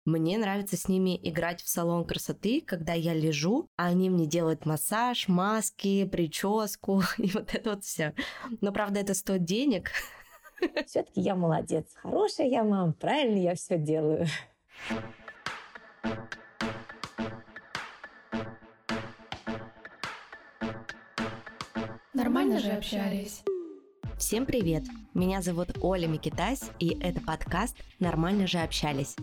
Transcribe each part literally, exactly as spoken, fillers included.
Мне нравится с ними играть в салон красоты, когда я лежу, а они мне делают массаж, маски, прическу и вот это вот все. Но, правда, это стоит денег. Все-таки я молодец. Хорошая я мама, правильно я все делаю. Нормально же общались. Всем привет! Меня зовут Оля Микитась, и это подкаст «Нормально же общались».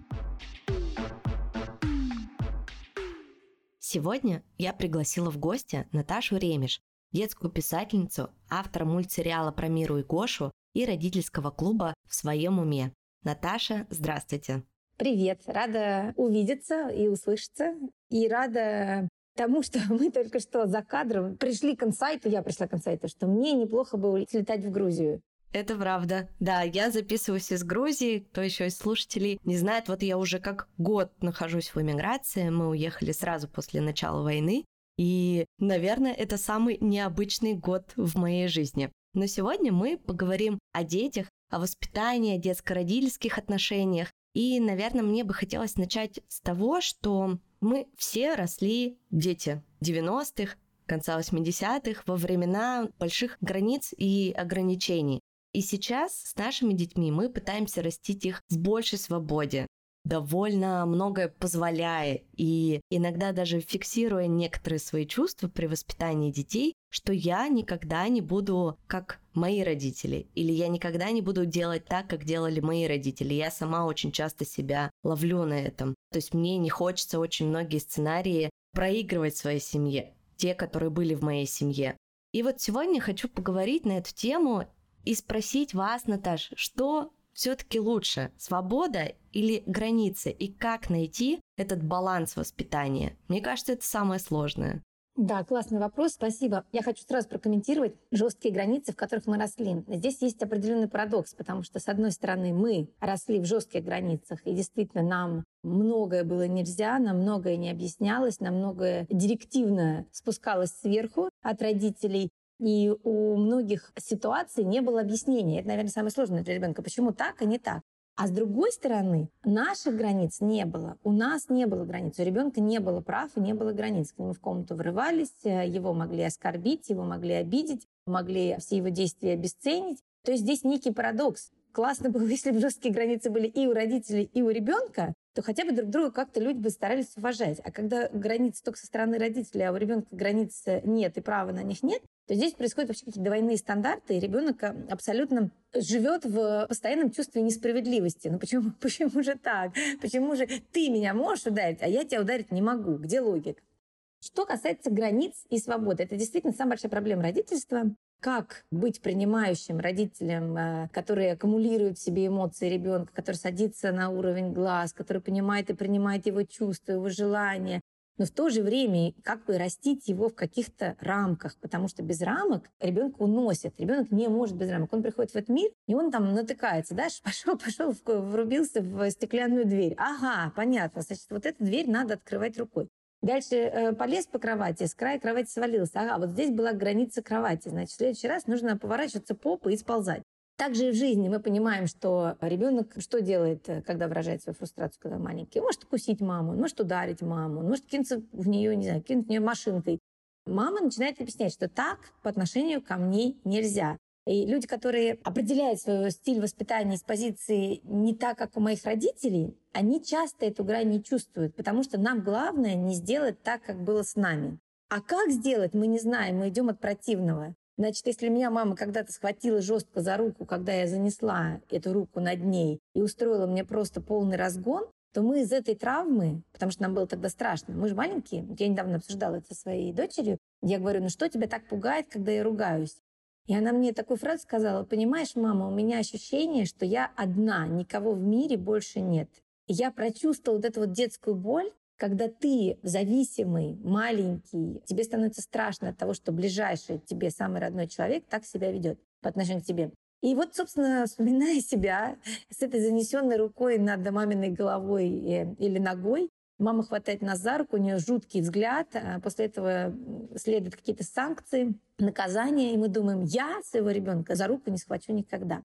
Сегодня я пригласила в гости Наташу Ремеш, детскую писательницу, автора мультсериала про Миру и Гошу и родительского клуба «В своем уме». Наташа, здравствуйте! Привет! Рада увидеться и услышаться. И рада тому, что мы только что за кадром пришли к инсайту, я пришла к инсайту, что мне неплохо бы слетать в Грузию. Это правда. Да, я записываюсь из Грузии. Кто еще из слушателей не знает, вот я уже как год нахожусь в эмиграции. Мы уехали сразу после начала войны. И, наверное, это самый необычный год в моей жизни. Но сегодня мы поговорим о детях, о воспитании, о детско-родительских отношениях. И, наверное, мне бы хотелось начать с того, что мы все росли, дети девяностых, конца восьмидесятых, во времена больших границ и ограничений. И сейчас с нашими детьми мы пытаемся растить их в большей свободе, довольно многое позволяя и иногда даже фиксируя некоторые свои чувства при воспитании детей, что я никогда не буду как мои родители, или я никогда не буду делать так, как делали мои родители. Я сама очень часто себя ловлю на этом. То есть мне не хочется очень многие сценарии проигрывать в своей семье, те, которые были в моей семье. И вот сегодня хочу поговорить на эту тему и спросить вас, Наташ, что все-таки лучше, свобода или границы, и как найти этот баланс воспитания? Мне кажется, это самое сложное. Да, классный вопрос, спасибо. Я хочу сразу прокомментировать жесткие границы, в которых мы росли. Здесь есть определенный парадокс, потому что, с одной стороны, мы росли в жестких границах, и действительно нам многое было нельзя, нам многое не объяснялось, нам многое директивно спускалось сверху от родителей. И у многих ситуаций не было объяснения. Это, наверное, самое сложное для ребенка. Почему так, а не так? А с другой стороны, наших границ не было. У нас не было границ. У ребенка не было прав и не было границ. К нему в комнату врывались, его могли оскорбить, его могли обидеть, могли все его действия обесценить. То есть здесь некий парадокс. Классно было, если бы жесткие границы были и у родителей, и у ребенка, то хотя бы друг друга как-то люди бы старались уважать. А когда границы только со стороны родителей, а у ребенка границ нет и права на них нет, то здесь происходят вообще какие-то двойные стандарты, и ребенок абсолютно живет в постоянном чувстве несправедливости. Ну почему, почему же так? Почему же ты меня можешь ударить, а я тебя ударить не могу? Где логика? Что касается границ и свободы, это действительно самая большая проблема родительства. Как быть принимающим родителем, который аккумулирует в себе эмоции ребенка, который садится на уровень глаз, который понимает и принимает его чувства, его желания, но в то же время как бы растить его в каких-то рамках, потому что без рамок ребенка уносит. Ребенок не может без рамок. Он приходит в этот мир, и он там натыкается, да, пошел, пошел, врубился в стеклянную дверь. Ага, понятно, значит, вот эту дверь надо открывать рукой. Дальше э, полез по кровати, с края кровати свалился. Ага, вот здесь была граница кровати. Значит, в следующий раз нужно поворачиваться попой и сползать. Также и в жизни мы понимаем, что ребенок что делает, когда выражает свою фрустрацию, когда маленький? Он может укусить маму, он может ударить маму, он может кинуться в нее, не знаю, кинуть в нее машинкой. Мама начинает объяснять, что так по отношению ко мне нельзя. И люди, которые определяют свой стиль воспитания с позиции не так, как у моих родителей, они часто эту грань не чувствуют, потому что нам главное не сделать так, как было с нами. А как сделать, мы не знаем, мы идем от противного. Значит, если меня мама когда-то схватила жестко за руку, когда я занесла эту руку над ней и устроила мне просто полный разгон, то мы из этой травмы, потому что нам было тогда страшно, мы же маленькие, я недавно обсуждала это со своей дочерью, я говорю, ну что тебя так пугает, когда я ругаюсь? И она мне такую фразу сказала: понимаешь, мама, у меня ощущение, что я одна, никого в мире больше нет. И я прочувствовала вот эту вот детскую боль, когда ты зависимый, маленький, тебе становится страшно от того, что ближайший тебе самый родной человек так себя ведет по отношению к тебе. И вот, собственно, вспоминая себя с этой занесенной рукой над маминой головой или ногой, мама хватает нас за руку, у нее жуткий взгляд, после этого следуют какие-то санкции, наказания, и мы думаем, я своего ребенка за руку не схвачу никогда.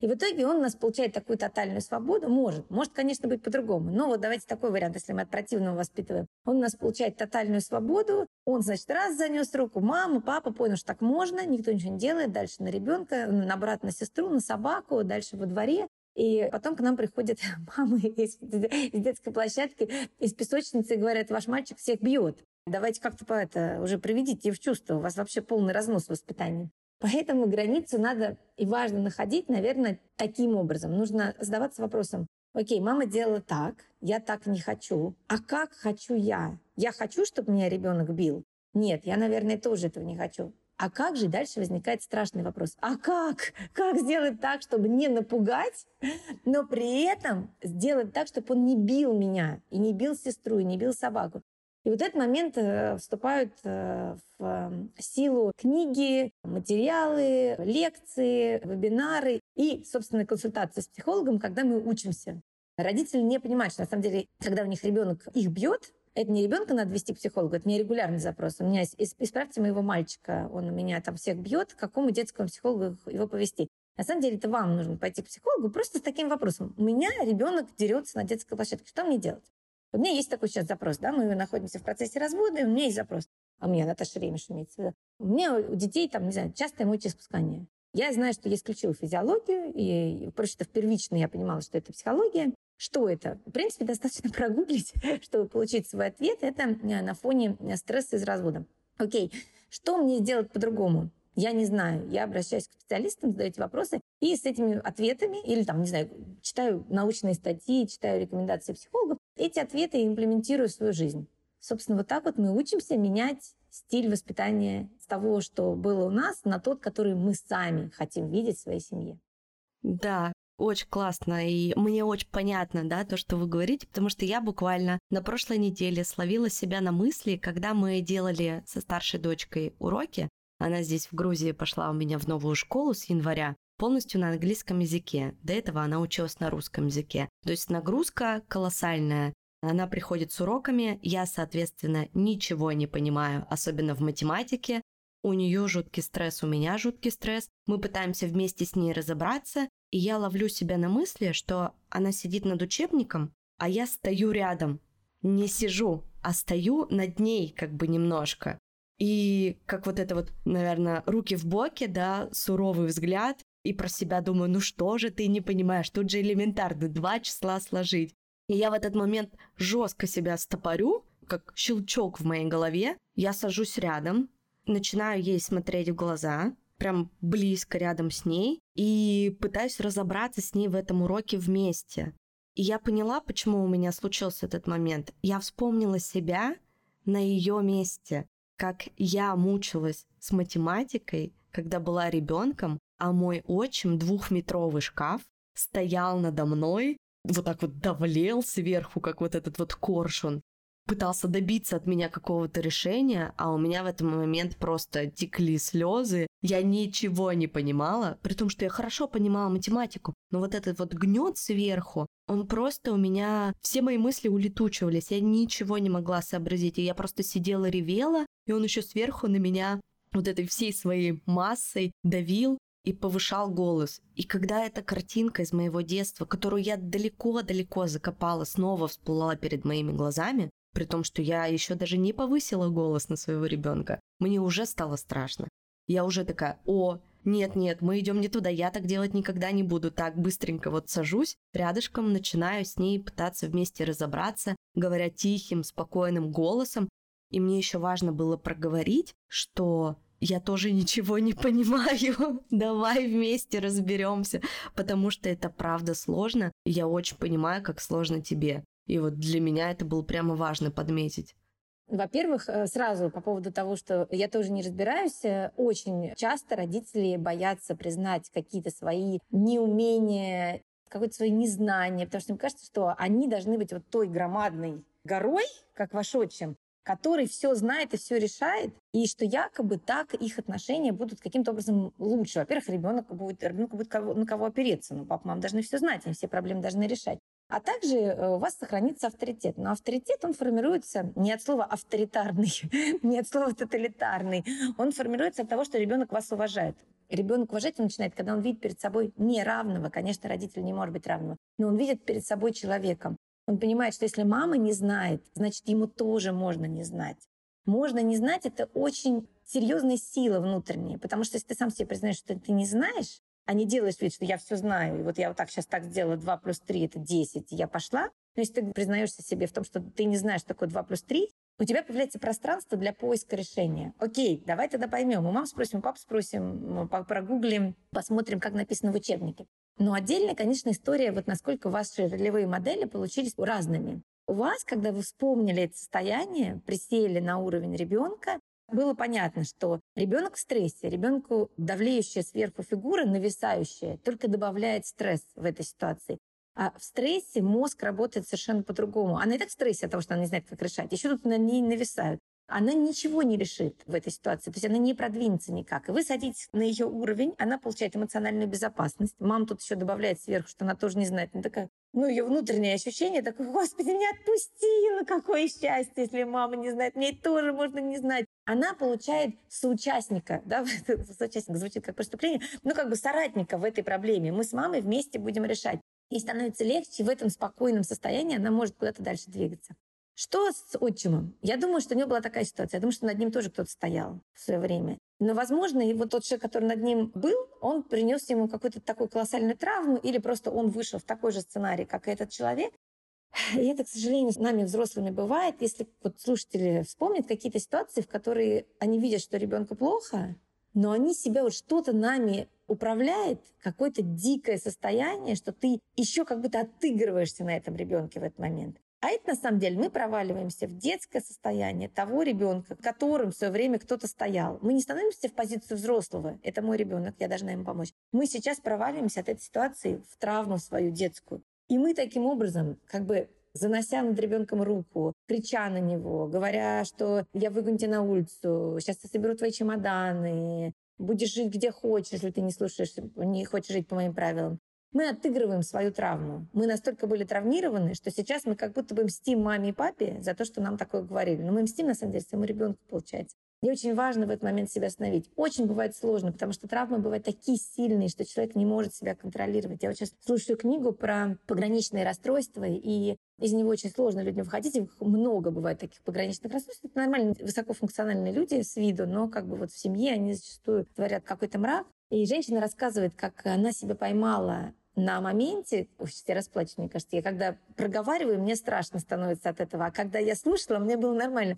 И в итоге он у нас получает такую тотальную свободу. Может, может, конечно, быть по-другому. Но вот давайте такой вариант, если мы от противного воспитываем. Он у нас получает тотальную свободу. Он, значит, раз занес руку, мама, папа понял, что так можно, никто ничего не делает. Дальше на ребенка, на брата, на сестру, на собаку, дальше во дворе. И потом к нам приходят мамы из, из детской площадки, из песочницы и говорят, ваш мальчик всех бьет. Давайте как-то по это уже приведите в чувство. У вас вообще полный разнос в воспитании. Поэтому границу надо и важно находить, наверное, таким образом. Нужно задаваться вопросом, окей, мама делала так, я так не хочу. А как хочу я? Я хочу, чтобы меня ребенок бил? Нет, я, наверное, тоже этого не хочу. А как же дальше возникает страшный вопрос? А как? Как сделать так, чтобы не напугать, но при этом сделать так, чтобы он не бил меня, и не бил сестру, и не бил собаку? И вот этот момент э, вступают э, в э, силу книги, материалы, лекции, вебинары и, собственно, консультации с психологом, когда мы учимся. Родители не понимают, что на самом деле, когда у них ребенок их бьет, это не ребенка надо вести к психологу, это не регулярный запрос. У меня есть, исправьте моего мальчика, он у меня там всех бьет, к какому детскому психологу его повести? На самом деле это вам нужно пойти к психологу просто с таким вопросом. У меня ребенок дерется на детской площадке, что мне делать? У меня есть такой сейчас запрос, да, мы находимся в процессе развода, и у меня есть запрос. А у меня Наташа Ремеш имеется в виду. У меня у детей, там, не знаю, частое мочеиспускание. Я знаю, что я исключила физиологию, и, просто впервично я понимала, что это психология. Что это? В принципе, достаточно прогуглить, чтобы получить свой ответ. Это на фоне стресса из развода. Окей, что мне сделать по-другому? Я не знаю. Я обращаюсь к специалистам, задаю эти вопросы, и с этими ответами, или там, не знаю, читаю научные статьи, читаю рекомендации психологов, эти ответы я имплементирую в свою жизнь. Собственно, вот так вот мы учимся менять стиль воспитания с того, что было у нас, на тот, который мы сами хотим видеть в своей семье. Да, очень классно, и мне очень понятно, да, то, что вы говорите, потому что я буквально на прошлой неделе словила себя на мысли, когда мы делали со старшей дочкой уроки. Она здесь в Грузии пошла у меня в новую школу с января, полностью на английском языке. До этого она училась на русском языке. То есть нагрузка колоссальная. Она приходит с уроками, я, соответственно, ничего не понимаю, особенно в математике. У нее жуткий стресс, у меня жуткий стресс. Мы пытаемся вместе с ней разобраться, и я ловлю себя на мысли, что она сидит над учебником, а я стою рядом. Не сижу, а стою над ней как бы немножко. И как вот это вот, наверное, руки в боки, да, суровый взгляд, и про себя думаю, ну что же ты не понимаешь, тут же элементарно два числа сложить. И я в этот момент жестко себя стопорю, как щелчок в моей голове, я сажусь рядом, начинаю ей смотреть в глаза, прям близко рядом с ней, и пытаюсь разобраться с ней в этом уроке вместе. И я поняла, почему у меня случился этот момент. Я вспомнила себя на ее месте, как я мучилась с математикой, когда была ребенком, а мой отчим, двухметровый шкаф, стоял надо мной, вот так вот давлел сверху, как вот этот вот коршун, пытался добиться от меня какого-то решения, а у меня в этот момент просто текли слезы. Я ничего не понимала, при том, что я хорошо понимала математику, но вот этот вот гнет сверху, он просто у меня... Все мои мысли улетучивались, я ничего не могла сообразить, и я просто сидела, ревела, и он еще сверху на меня вот этой всей своей массой давил и повышал голос. И когда эта картинка из моего детства, которую я далеко-далеко закопала, снова всплыла перед моими глазами, при том, что я еще даже не повысила голос на своего ребенка, мне уже стало страшно. Я уже такая, о, нет-нет, мы идем не туда, я так делать никогда не буду. Так, быстренько вот сажусь рядышком, начинаю с ней пытаться вместе разобраться, говоря тихим, спокойным голосом. И мне еще важно было проговорить, что я тоже ничего не понимаю, давай вместе разберемся, потому что это правда сложно, и я очень понимаю, как сложно тебе. И вот для меня это было прямо важно подметить. Во-первых, сразу по поводу того, что я тоже не разбираюсь, очень часто родители боятся признать какие-то свои неумения, какое-то свое незнание, потому что им кажется, что они должны быть вот той громадной горой, как ваш отчим, который все знает и все решает, и что якобы так их отношения будут каким-то образом лучше. Во-первых, ребенок будет, ребенку будет кого, на кого опереться. Ну, папа, мама должны все знать, они все проблемы должны решать. А также у вас сохранится авторитет. Но авторитет, он формируется не от слова авторитарный, не от слова тоталитарный. Он формируется от того, что ребенок вас уважает. Ребенок уважать начинает, когда он видит перед собой неравного. Конечно, родитель не может быть равным, но он видит перед собой человеком. Он понимает, что если мама не знает, значит, ему тоже можно не знать. Можно не знать — это очень серьезная сила внутренняя, потому что если ты сам себе признаешь, что ты не знаешь, а не делаешь вид, что я все знаю, и вот я вот так сейчас так сделала, два плюс три — это десять, и я пошла. Но если ты признаешься себе в том, что ты не знаешь, что такое два плюс три, у тебя появляется пространство для поиска решения. Окей, давай тогда поймем. У мам спросим, у пап спросим, прогуглим, посмотрим, как написано в учебнике. Но отдельная, конечно, история, вот насколько ваши ролевые модели получились разными. У вас, когда вы вспомнили это состояние, присели на уровень ребенка, было понятно, что ребенок в стрессе, ребенку давлеющая сверху фигура, нависающая, только добавляет стресс в этой ситуации. А в стрессе мозг работает совершенно по-другому. Она и так в стрессе от того, что она не знает, как решать. Еще тут на ней нависают. Она ничего не решит в этой ситуации. То есть она не продвинется никак. И вы садитесь на ее уровень, она получает эмоциональную безопасность. Мама тут еще добавляет сверху, что она тоже не знает. Она такая, ну, ее внутреннее ощущение такое: господи, не отпусти, ну какое счастье, если мама не знает. Мне тоже можно не знать. Она получает соучастника, да, соучастник звучит как преступление, ну, как бы соратника в этой проблеме. Мы с мамой вместе будем решать. Ей становится легче, в этом спокойном состоянии она может куда-то дальше двигаться. Что с отчимом? Я думаю, что у него была такая ситуация. Я думаю, что над ним тоже кто-то стоял в свое время. Но, возможно, и вот тот человек, который над ним был, он принес ему какую-то такую колоссальную травму, или просто он вышел в такой же сценарий, как и этот человек. И это, к сожалению, с нами, взрослыми, бывает. Если вот слушатели вспомнят какие-то ситуации, в которые они видят, что ребенку плохо, но они себя вот что-то нами управляет, какое-то дикое состояние, что ты еще как будто отыгрываешься на этом ребенке в этот момент. А это на самом деле мы проваливаемся в детское состояние того ребенка, которым в свое время кто-то стоял. Мы не становимся в позицию взрослого. Это мой ребенок, я должна ему помочь. Мы сейчас проваливаемся от этой ситуации в травму свою детскую. И мы таким образом, как бы занося над ребенком руку, крича на него, говоря, что я выгоню тебя на улицу, сейчас я соберу твои чемоданы, будешь жить где хочешь, если ты не слушаешь, не хочешь жить по моим правилам. Мы отыгрываем свою травму. Мы настолько были травмированы, что сейчас мы как будто бы мстим маме и папе за то, что нам такое говорили. Но мы мстим, на самом деле, своему ребенку, получается. И очень важно в этот момент себя остановить. Очень бывает сложно, потому что травмы бывают такие сильные, что человек не может себя контролировать. Я вот сейчас слушаю книгу про пограничные расстройства, и из него очень сложно людям выходить. Их много бывает таких пограничных расстройств. Это нормальные, высокофункциональные люди с виду, но как бы вот в семье они зачастую творят какой-то мрак. И женщина рассказывает, как она себя поймала на моменте, ой, я расплачусь, мне кажется, я когда проговариваю, мне страшно становится от этого, а когда я слушала, мне было нормально.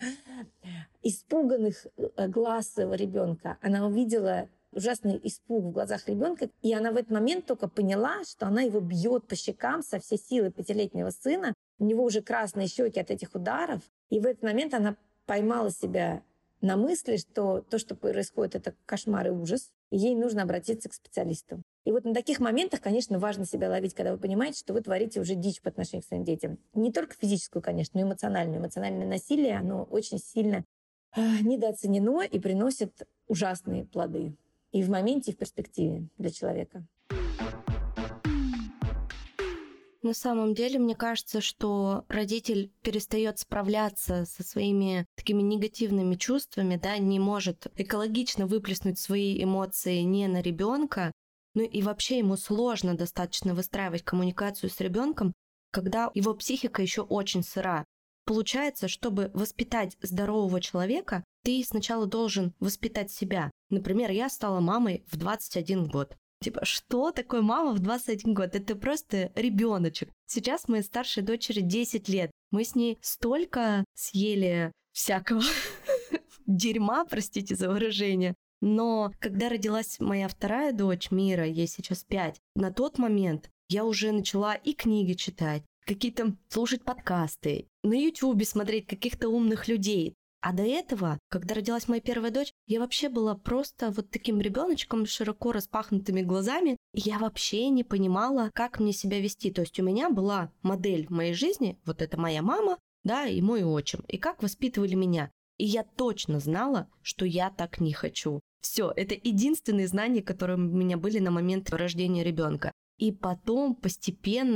Испуганных глаз ребенка. Она увидела ужасный испуг в глазах ребенка, и она в этот момент только поняла, что она его бьет по щекам со всей силы пятилетнего сына. У него уже красные щеки от этих ударов, и в этот момент она поймала себя на мысли, что то, что происходит, это кошмар и ужас, и ей нужно обратиться к специалисту. И вот на таких моментах, конечно, важно себя ловить, когда вы понимаете, что вы творите уже дичь по отношению к своим детям. Не только физическую, конечно, но и эмоциональную. Эмоциональное насилие, оно очень сильно э, недооценено и приносит ужасные плоды. И в моменте, и в перспективе для человека. На самом деле, мне кажется, что родитель перестает справляться со своими такими негативными чувствами, да, не может экологично выплеснуть свои эмоции не на ребенка, ну и вообще ему сложно достаточно выстраивать коммуникацию с ребенком, когда его психика еще очень сыра. Получается, чтобы воспитать здорового человека, ты сначала должен воспитать себя. Например, я стала мамой в двадцать один год. Типа, что такое мама в двадцать один год? Это просто ребеночек. Сейчас моей старшей дочери десять лет. Мы с ней столько съели всякого дерьма, простите за выражение. Но когда родилась моя вторая дочь, Мира, ей сейчас пять, на тот момент я уже начала и книги читать, какие-то слушать подкасты, на Ютубе смотреть каких-то умных людей. А до этого, когда родилась моя первая дочь, я вообще была просто вот таким ребеночком с широко распахнутыми глазами, и я вообще не понимала, как мне себя вести. То есть у меня была модель в моей жизни, вот это моя мама, да, и мой отчим, и как воспитывали меня. И я точно знала, что я так не хочу. Все, это единственные знания, которые у меня были на момент рождения ребенка. И потом постепенно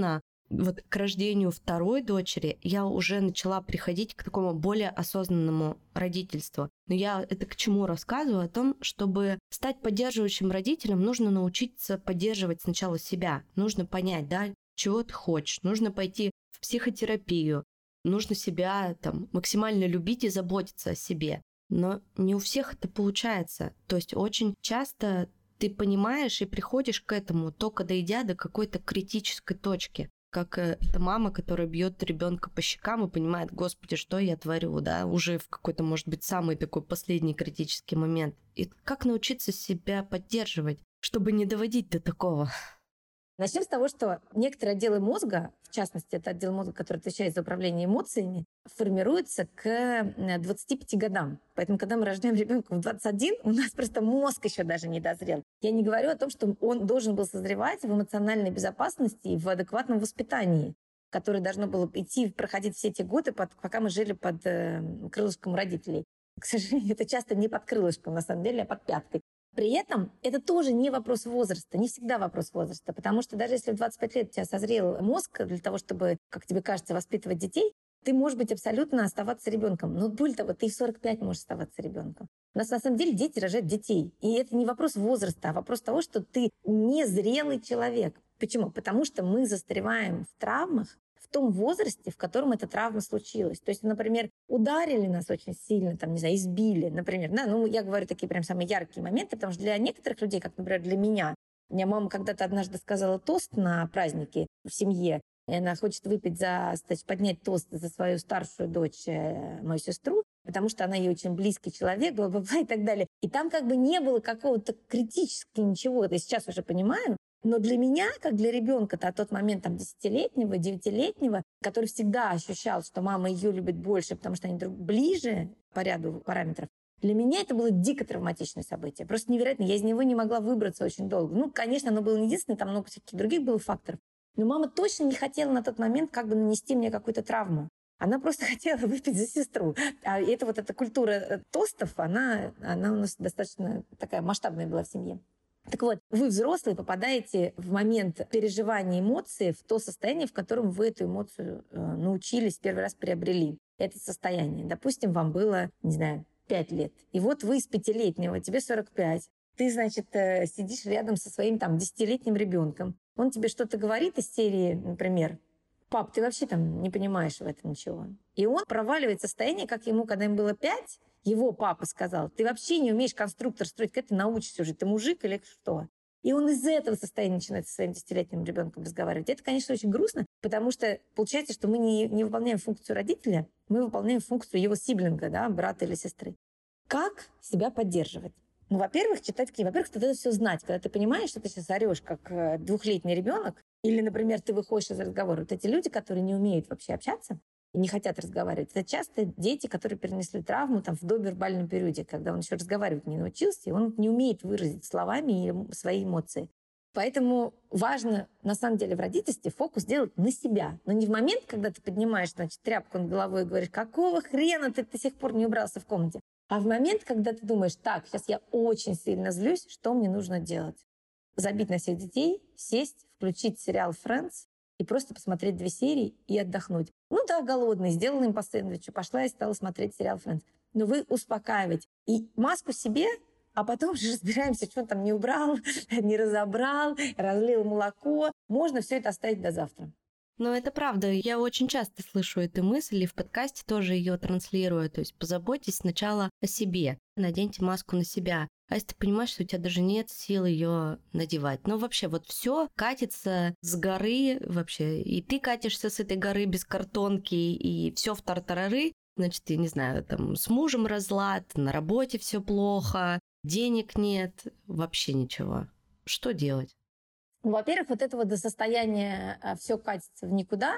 вот к рождению второй дочери я уже начала приходить к такому более осознанному родительству. Но я это к чему рассказываю? О том, чтобы стать поддерживающим родителем, нужно научиться поддерживать сначала себя. Нужно понять, да, чего ты хочешь. Нужно пойти в психотерапию. Нужно себя там максимально любить и заботиться о себе. Но не у всех это получается. То есть очень часто ты понимаешь и приходишь к этому, только дойдя до какой-то критической точки. Как эта мама, которая бьет ребенка по щекам и понимает, господи, что я творю, да, уже в какой-то, может быть, самый такой последний критический момент. И как научиться себя поддерживать, чтобы не доводить до такого? Начнем с того, что некоторые отделы мозга, в частности, это отдел мозга, который отвечает за управление эмоциями, формируются к двадцати пяти годам. Поэтому, когда мы рождаем ребенка в двадцать один, у нас просто мозг еще даже не дозрел. Я не говорю о том, что он должен был созревать в эмоциональной безопасности и в адекватном воспитании, которое должно было идти, проходить все эти годы, под, пока мы жили под э, крылышком родителей. К сожалению, это часто не под крылышком, на самом деле, а под пяткой. При этом это тоже не вопрос возраста, не всегда вопрос возраста, потому что даже если в двадцать пять лет у тебя созрел мозг для того, чтобы, как тебе кажется, воспитывать детей, ты можешь быть абсолютно оставаться ребенком. Но более того, ты и в сорок пять можешь оставаться ребенком. У нас на самом деле дети рожают детей. И это не вопрос возраста, а вопрос того, что ты незрелый человек. Почему? Потому что мы застреваем в травмах в том возрасте, в котором эта травма случилась. То есть, например, ударили нас очень сильно, там, не знаю, избили, например. Да, ну, я говорю такие прям самые яркие моменты, потому что для некоторых людей, как, например, для меня, у меня мама когда-то однажды сказала тост на празднике в семье, и она хочет выпить за, значит, поднять тост за свою старшую дочь, мою сестру, потому что она ей очень близкий человек, бла-бла-бла и так далее. И там как бы не было какого-то критического ничего, это я сейчас уже понимаю. Но для меня, как для ребенка, на тот момент там десятилетнего, девятилетнего, который всегда ощущал, что мама ее любит больше, потому что они друг ближе по ряду параметров, для меня это было дико травматичное событие. Просто невероятно. Я из него не могла выбраться очень долго. Ну, конечно, оно было не единственное, там много всяких других было факторов. Но мама точно не хотела на тот момент как бы нанести мне какую-то травму. Она просто хотела выпить за сестру. А это вот эта культура тостов, она, она у нас достаточно такая масштабная была в семье. Так вот, вы, взрослые, попадаете в момент переживания эмоции в то состояние, в котором вы эту эмоцию э, научились, первый раз приобрели. Это состояние. Допустим, вам было, не знаю, пять лет. И вот вы из пятилетнего, тебе сорок пять. Ты, значит, э, сидишь рядом со своим там десятилетним ребенком. Он тебе что-то говорит из серии, например, «Пап, ты вообще там не понимаешь в этом ничего». И он проваливает состояние, как ему, когда ему было пять, его папа сказал: «Ты вообще не умеешь конструктор строить, как ты научишься уже, ты мужик или что?» И он из этого состояния начинает со своим десятилетним ребенком разговаривать. Это, конечно, очень грустно, потому что получается, что мы не, не выполняем функцию родителя, мы выполняем функцию его сиблинга, да, брата или сестры. Как себя поддерживать? Ну, во-первых, читать книги. Во-первых, ты должен все знать. Когда ты понимаешь, что ты сейчас орешь, как двухлетний ребенок, или, например, ты выходишь из разговора. Вот эти люди, которые не умеют вообще общаться, и не хотят разговаривать. Это часто дети, которые перенесли травму там, в довербальном периоде, когда он еще разговаривать не научился, и он не умеет выразить словами свои эмоции. Поэтому важно, на самом деле, в родительстве фокус делать на себя. Но не в момент, когда ты поднимаешь, значит, тряпку над головой и говоришь: «Какого хрена ты до сих пор не убрался в комнате?» А в момент, когда ты думаешь: «Так, сейчас я очень сильно злюсь, что мне нужно делать?» Забить на всех детей, сесть, включить сериал «Френдс» и просто посмотреть две серии и отдохнуть. Ну да, голодный, сделала им по сэндвичу, пошла и стала смотреть сериал «Френдс». Но вы успокаиваете. И маску себе, а потом же разбираемся, что он там не убрал, не разобрал, разлил молоко. Можно все это оставить до завтра. Ну, это правда. Я очень часто слышу эту мысль, и в подкасте тоже ее транслирую. То есть позаботьтесь сначала о себе, наденьте маску на себя. А если ты понимаешь, что у тебя даже нет сил ее надевать. Ну, вообще, вот все катится с горы вообще. И ты катишься с этой горы без картонки, и все в тартарары. Значит, я не знаю, там с мужем разлад, на работе все плохо, денег нет, вообще ничего. Что делать? Ну, во-первых, вот это вот до состояния все катится в никуда,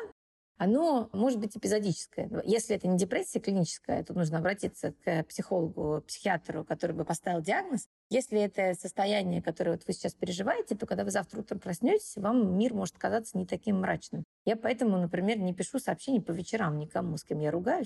оно может быть эпизодическое. Если это не депрессия клиническая, тут нужно обратиться к психологу, психиатру, который бы поставил диагноз. Если это состояние, которое вот вы сейчас переживаете, то когда вы завтра утром проснетесь, вам мир может казаться не таким мрачным. Я поэтому, например, не пишу сообщений по вечерам никому, с кем я ругаюсь,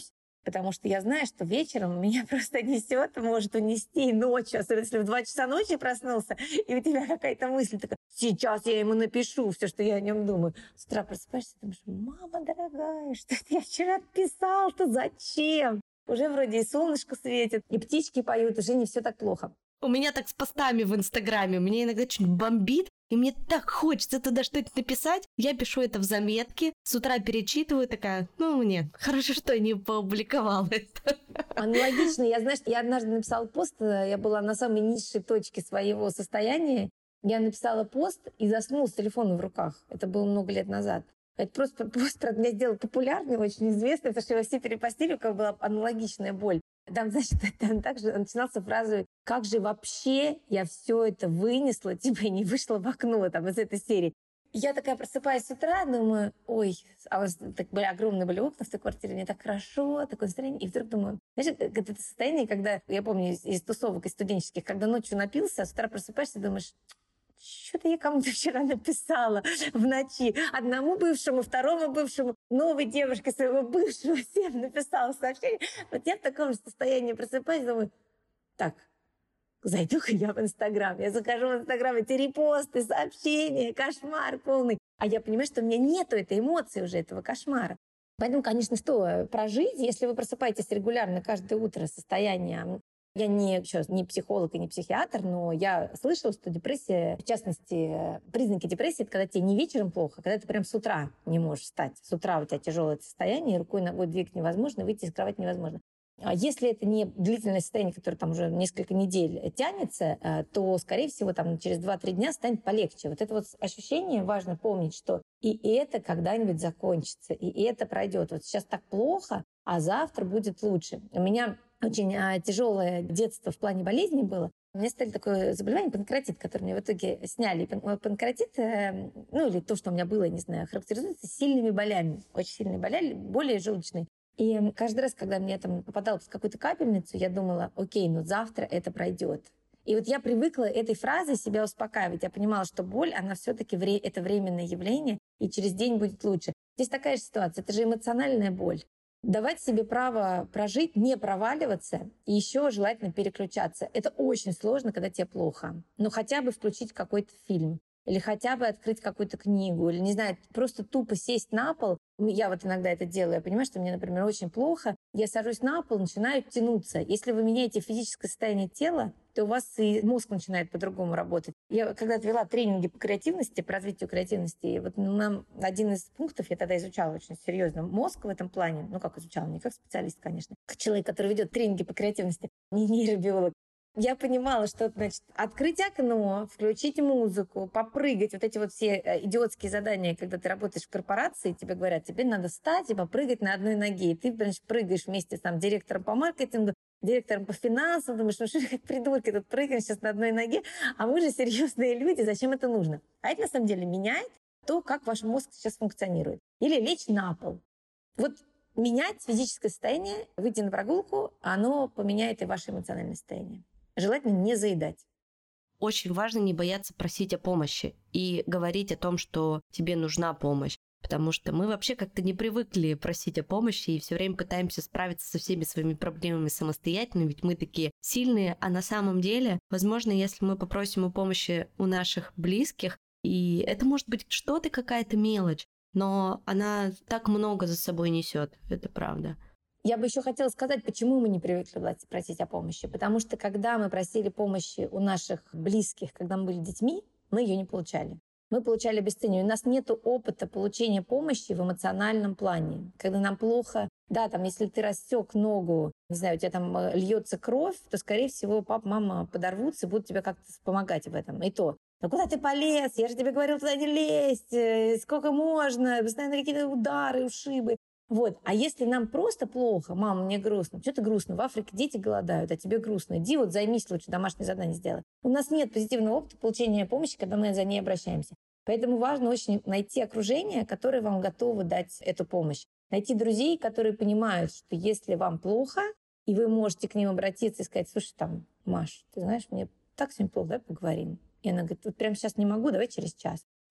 Потому что я знаю, что вечером меня просто несет, может унести ночью, особенно если в два часа ночи проснулся, и у тебя какая-то мысль такая: сейчас я ему напишу все, что я о нем думаю. С утра просыпаешься и думаешь: мама дорогая, что это я вчера писал-то, зачем? Уже вроде и солнышко светит, и птички поют, уже не все так плохо. У меня так с постами в Инстаграме. Мне иногда что-нибудь бомбит, и мне так хочется туда что-то написать. Я пишу это в заметке, с утра перечитываю, такая: ну, мне хорошо, что я не опубликовала это. Аналогично. Я, знаешь, я однажды написала пост, я была на самой низшей точке своего состояния. Я написала пост и заснула с телефоном в руках. Это было много лет назад. Это просто пост, правда, меня сделал популярный, очень известный, потому что его все перепостили, у кого была аналогичная боль. Там, значит, там также начинался фразой: как же вообще я все это вынесла, типа, и не вышла в окно, там, из этой серии. И я такая просыпаюсь с утра, думаю: ой, а у вас так были огромные были окна в той квартире, мне так хорошо, такое настроение. И вдруг думаю, знаешь, это, это состояние, когда, я помню из, из тусовок, из студенческих, когда ночью напился, а с утра просыпаешься и думаешь: что-то я кому-то вчера написала в ночи. Одному бывшему, второму бывшему, новой девушке своего бывшего, всем написала сообщение. Вот я в таком же состоянии просыпаюсь, думаю: так, зайду-ка я в Инстаграм. Я захожу в Инстаграм, эти репосты, сообщения, кошмар полный. А я понимаю, что у меня нету этой эмоции уже, этого кошмара. Поэтому, конечно, что прожить, если вы просыпаетесь регулярно каждое утро состояние... Я не, еще раз, не психолог и не психиатр, но я слышала, что депрессия, в частности, признаки депрессии — это когда тебе не вечером плохо, а когда ты прям с утра не можешь встать. С утра у тебя тяжелое состояние, рукой, ногой двигать невозможно, выйти из кровати невозможно. А если это не длительное состояние, которое там уже несколько недель тянется, то, скорее всего, там через два-три дня станет полегче. Вот это вот ощущение важно помнить, что и это когда-нибудь закончится, и это пройдет. Вот сейчас так плохо, а завтра будет лучше. У меня очень а, тяжелое детство в плане болезни было. У меня стали такое заболевание — панкреатит, которое мне в итоге сняли. И панкреатит, э, ну или то, что у меня было, я не знаю, характеризуется сильными болями. Очень сильные боли, боли желудочные. И каждый раз, когда мне там попадало в какую-то капельницу, я думала: окей, ну завтра это пройдет. И вот я привыкла этой фразой себя успокаивать. Я понимала, что боль, она все-таки вре- это временное явление, и через день будет лучше. Здесь такая же ситуация, это же эмоциональная боль. Давать себе право прожить, не проваливаться и еще желательно переключаться. Это очень сложно, когда тебе плохо. Но хотя бы включить какой-то фильм. Или хотя бы открыть какую-то книгу. Или, не знаю, просто тупо сесть на пол. Я вот иногда это делаю. Я понимаю, что мне, например, очень плохо. Я сажусь на пол, начинаю тянуться. Если вы меняете физическое состояние тела, то у вас и мозг начинает по-другому работать. Я когда-то вела тренинги по креативности, по развитию креативности, и вот нам один из пунктов, я тогда изучала очень серьезно мозг в этом плане, ну как изучала, не как специалист, конечно, как человек, который ведет тренинги по креативности, не нейробиолог. Я понимала, что, значит, открыть окно, включить музыку, попрыгать, вот эти вот все идиотские задания, когда ты работаешь в корпорации, тебе говорят: тебе надо встать и попрыгать на одной ноге. И ты, значит, прыгаешь вместе с там, директором по маркетингу, директором по финансам, думаешь: ну что же как придурки тут прыгаем сейчас на одной ноге, а мы же серьезные люди, зачем это нужно? А это на самом деле меняет то, как ваш мозг сейчас функционирует. Или лечь на пол. Вот менять физическое состояние, выйти на прогулку, оно поменяет и ваше эмоциональное состояние. Желательно не заедать. Очень важно не бояться просить о помощи и говорить о том, что тебе нужна помощь. Потому что мы вообще как-то не привыкли просить о помощи и все время пытаемся справиться со всеми своими проблемами самостоятельно, ведь мы такие сильные, а на самом деле, возможно, если мы попросим о помощи у наших близких, и это может быть что-то, какая-то мелочь, но она так много за собой несет, это правда. Я бы еще хотела сказать, почему мы не привыкли просить о помощи. Потому что когда мы просили помощи у наших близких, когда мы были детьми, мы ее не получали. Мы получали обесценивание. У нас нет опыта получения помощи в эмоциональном плане. Когда нам плохо, да, там, если ты рассек ногу, не знаю, у тебя там льется кровь, то, скорее всего, папа, мама подорвутся и будут тебе как-то помогать в этом. И то: ну куда ты полез? Я же тебе говорил туда не лезть. Сколько можно? Постоянно какие-то удары, ушибы. Вот. А если нам просто плохо: мама, мне грустно. Что ты грустно? В Африке дети голодают, а тебе грустно. Иди вот займись лучше, домашнее задание сделай. У нас нет позитивного опыта получения помощи, когда мы за ней обращаемся. Поэтому важно очень найти окружение, которое вам готово дать эту помощь. Найти друзей, которые понимают, что если вам плохо, и вы можете к ним обратиться и сказать: слушай, там, Маш, ты знаешь, мне так сегодня плохо, давай поговорим. И она говорит: вот прямо сейчас не могу, давай через час.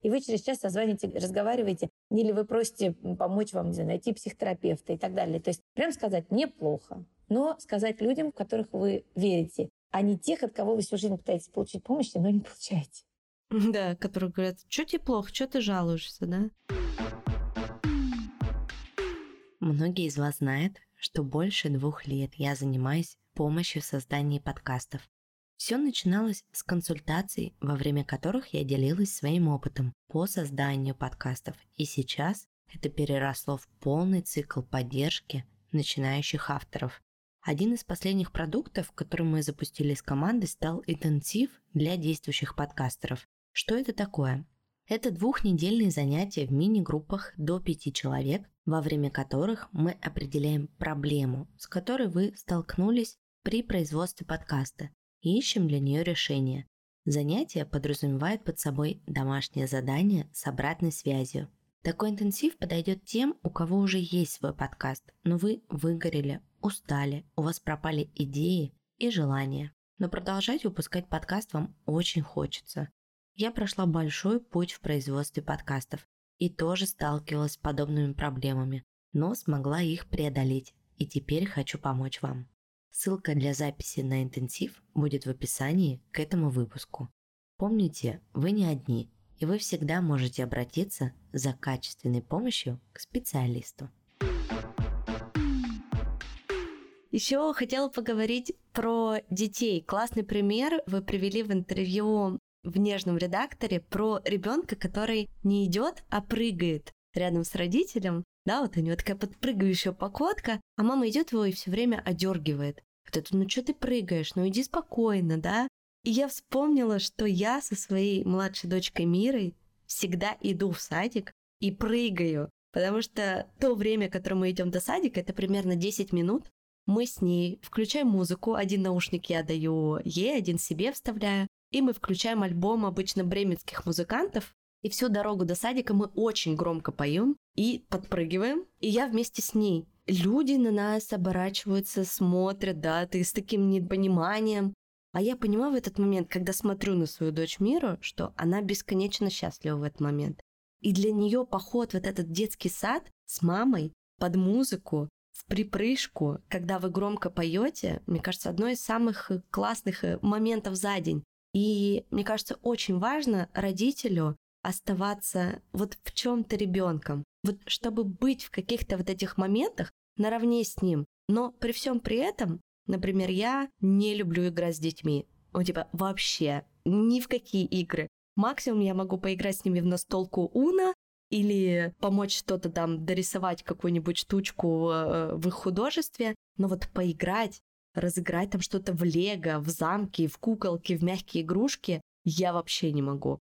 и вы через час созваниваете, разговариваете, или вы просите помочь вам, не знаю, найти психотерапевта и так далее. То есть прям сказать неплохо, но сказать людям, в которых вы верите, а не тех, от кого вы всю жизнь пытаетесь получить помощь, но не получаете. Да, которые говорят, что тебе плохо, что ты жалуешься, да? Многие из вас знают, что больше двух лет я занимаюсь помощью в создании подкастов. Все начиналось с консультаций, во время которых я делилась своим опытом по созданию подкастов, и сейчас это переросло в полный цикл поддержки начинающих авторов. Один из последних продуктов, который мы запустили с командой, стал интенсив для действующих подкастеров. Что это такое? Это двухнедельные занятия в мини-группах до пяти человек, во время которых мы определяем проблему, с которой вы столкнулись при производстве подкаста, и ищем для нее решение. Занятие подразумевает под собой домашнее задание с обратной связью. Такой интенсив подойдет тем, у кого уже есть свой подкаст, но вы выгорели, устали, у вас пропали идеи и желания. Но продолжать выпускать подкаст вам очень хочется. Я прошла большой путь в производстве подкастов и тоже сталкивалась с подобными проблемами, но смогла их преодолеть, и теперь хочу помочь вам. Ссылка для записи на интенсив будет в описании к этому выпуску. Помните, вы не одни, и вы всегда можете обратиться за качественной помощью к специалисту. Еще хотела поговорить про детей. Классный пример вы привели в интервью в «Нежном редакторе» про ребенка, который не идет, а прыгает рядом с родителем. Да, вот у него такая подпрыгающая походка, а мама идет его и все время одергивает. Вот это, ну что ты прыгаешь, ну иди спокойно, да? И я вспомнила, что я со своей младшей дочкой Мирой всегда иду в садик и прыгаю, потому что то время, которое мы идем до садика, это примерно десять минут. Мы с ней включаем музыку, один наушник я даю ей, один себе вставляю, и мы включаем альбом обычно бременских музыкантов, и всю дорогу до садика мы очень громко поем и подпрыгиваем, и я вместе с ней. Люди на нас оборачиваются, смотрят, да, ты с таким непониманием. А я понимаю в этот момент, когда смотрю на свою дочь Миру, что она бесконечно счастлива в этот момент. И для нее поход в этот детский сад с мамой под музыку, в припрыжку, когда вы громко поете, мне кажется, одно из самых классных моментов за день. И мне кажется, очень важно родителю оставаться вот в чем-то ребенком, вот чтобы быть в каких-то вот этих моментах наравне с ним. Но при всем при этом, например, я не люблю играть с детьми. Ну, типа, вообще, ни в какие игры. Максимум я могу поиграть с ними в настолку Уно или помочь что-то там дорисовать, какую-нибудь штучку в их художестве. Но вот поиграть, разыграть там что-то в лего, в замки, в куколки, в мягкие игрушки я вообще не могу.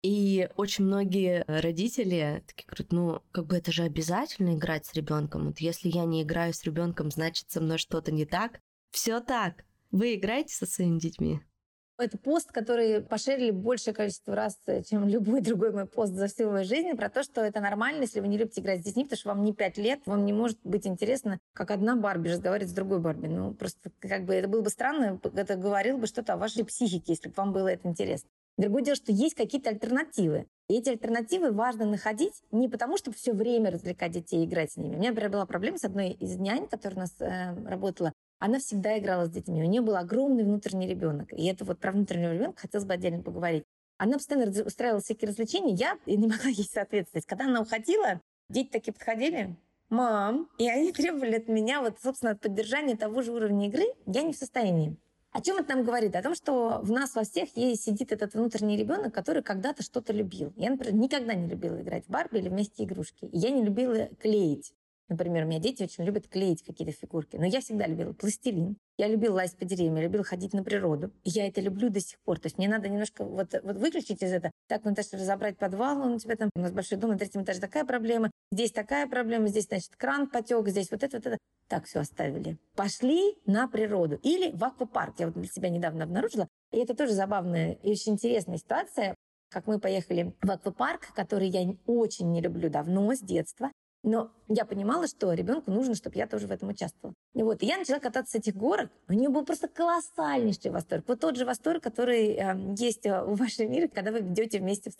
И очень многие родители такие говорят, ну, как бы это же обязательно играть с ребенком. Вот если я не играю с ребенком, значит, со мной что-то не так. Все так. Вы играете со своими детьми? Это пост, который пошерили большее количество раз, чем любой другой мой пост за всю мою жизнь, про то, что это нормально, если вы не любите играть с детьми, потому что вам не пять лет, вам не может быть интересно, как одна Барби разговаривает с другой Барби. Ну, просто как бы это было бы странно, это говорило бы что-то о вашей психике, если бы вам было это интересно. Другое дело, что есть какие-то альтернативы. И эти альтернативы важно находить не потому, чтобы все время развлекать детей и играть с ними. У меня, например, была проблема с одной из нянь, которая у нас э, работала. Она всегда играла с детьми. У нее был огромный внутренний ребенок. И это вот про внутреннего ребенка хотелось бы отдельно поговорить. Она постоянно устраивала всякие развлечения. Я не могла ей соответствовать. Когда она уходила, дети такие подходили. Мам. И они требовали от меня, вот, собственно, поддержания того же уровня игры. Я не в состоянии. О чем это нам говорит? О том, что в нас во всех есть, сидит этот внутренний ребенок, который когда-то что-то любил. Я, например, никогда не любила играть в Барби или вместе игрушки. И я не любила клеить. Например, у меня дети очень любят клеить какие-то фигурки. Но я всегда любила пластилин. Я любила лазить по деревьям, я любила ходить на природу. И я это люблю до сих пор. То есть мне надо немножко вот, вот выключить из этого. Так, Наташа, разобрать подвал, он у тебя там, у нас большой дом, на третьем этаже такая проблема, здесь такая проблема, здесь, значит, кран потек, здесь вот это, вот это. Так, все оставили. Пошли на природу. Или в аквапарк. Я вот для себя недавно обнаружила. И это тоже забавная и очень интересная ситуация. Как мы поехали в аквапарк, который я очень не люблю давно, с детства. Но я понимала, что ребенку нужно, чтобы я тоже в этом участвовала. И вот и я начала кататься с этих горок. У нее был просто колоссальнейший восторг. Вот тот же восторг, который э, есть в вашем мире, когда вы идете вместе в сад.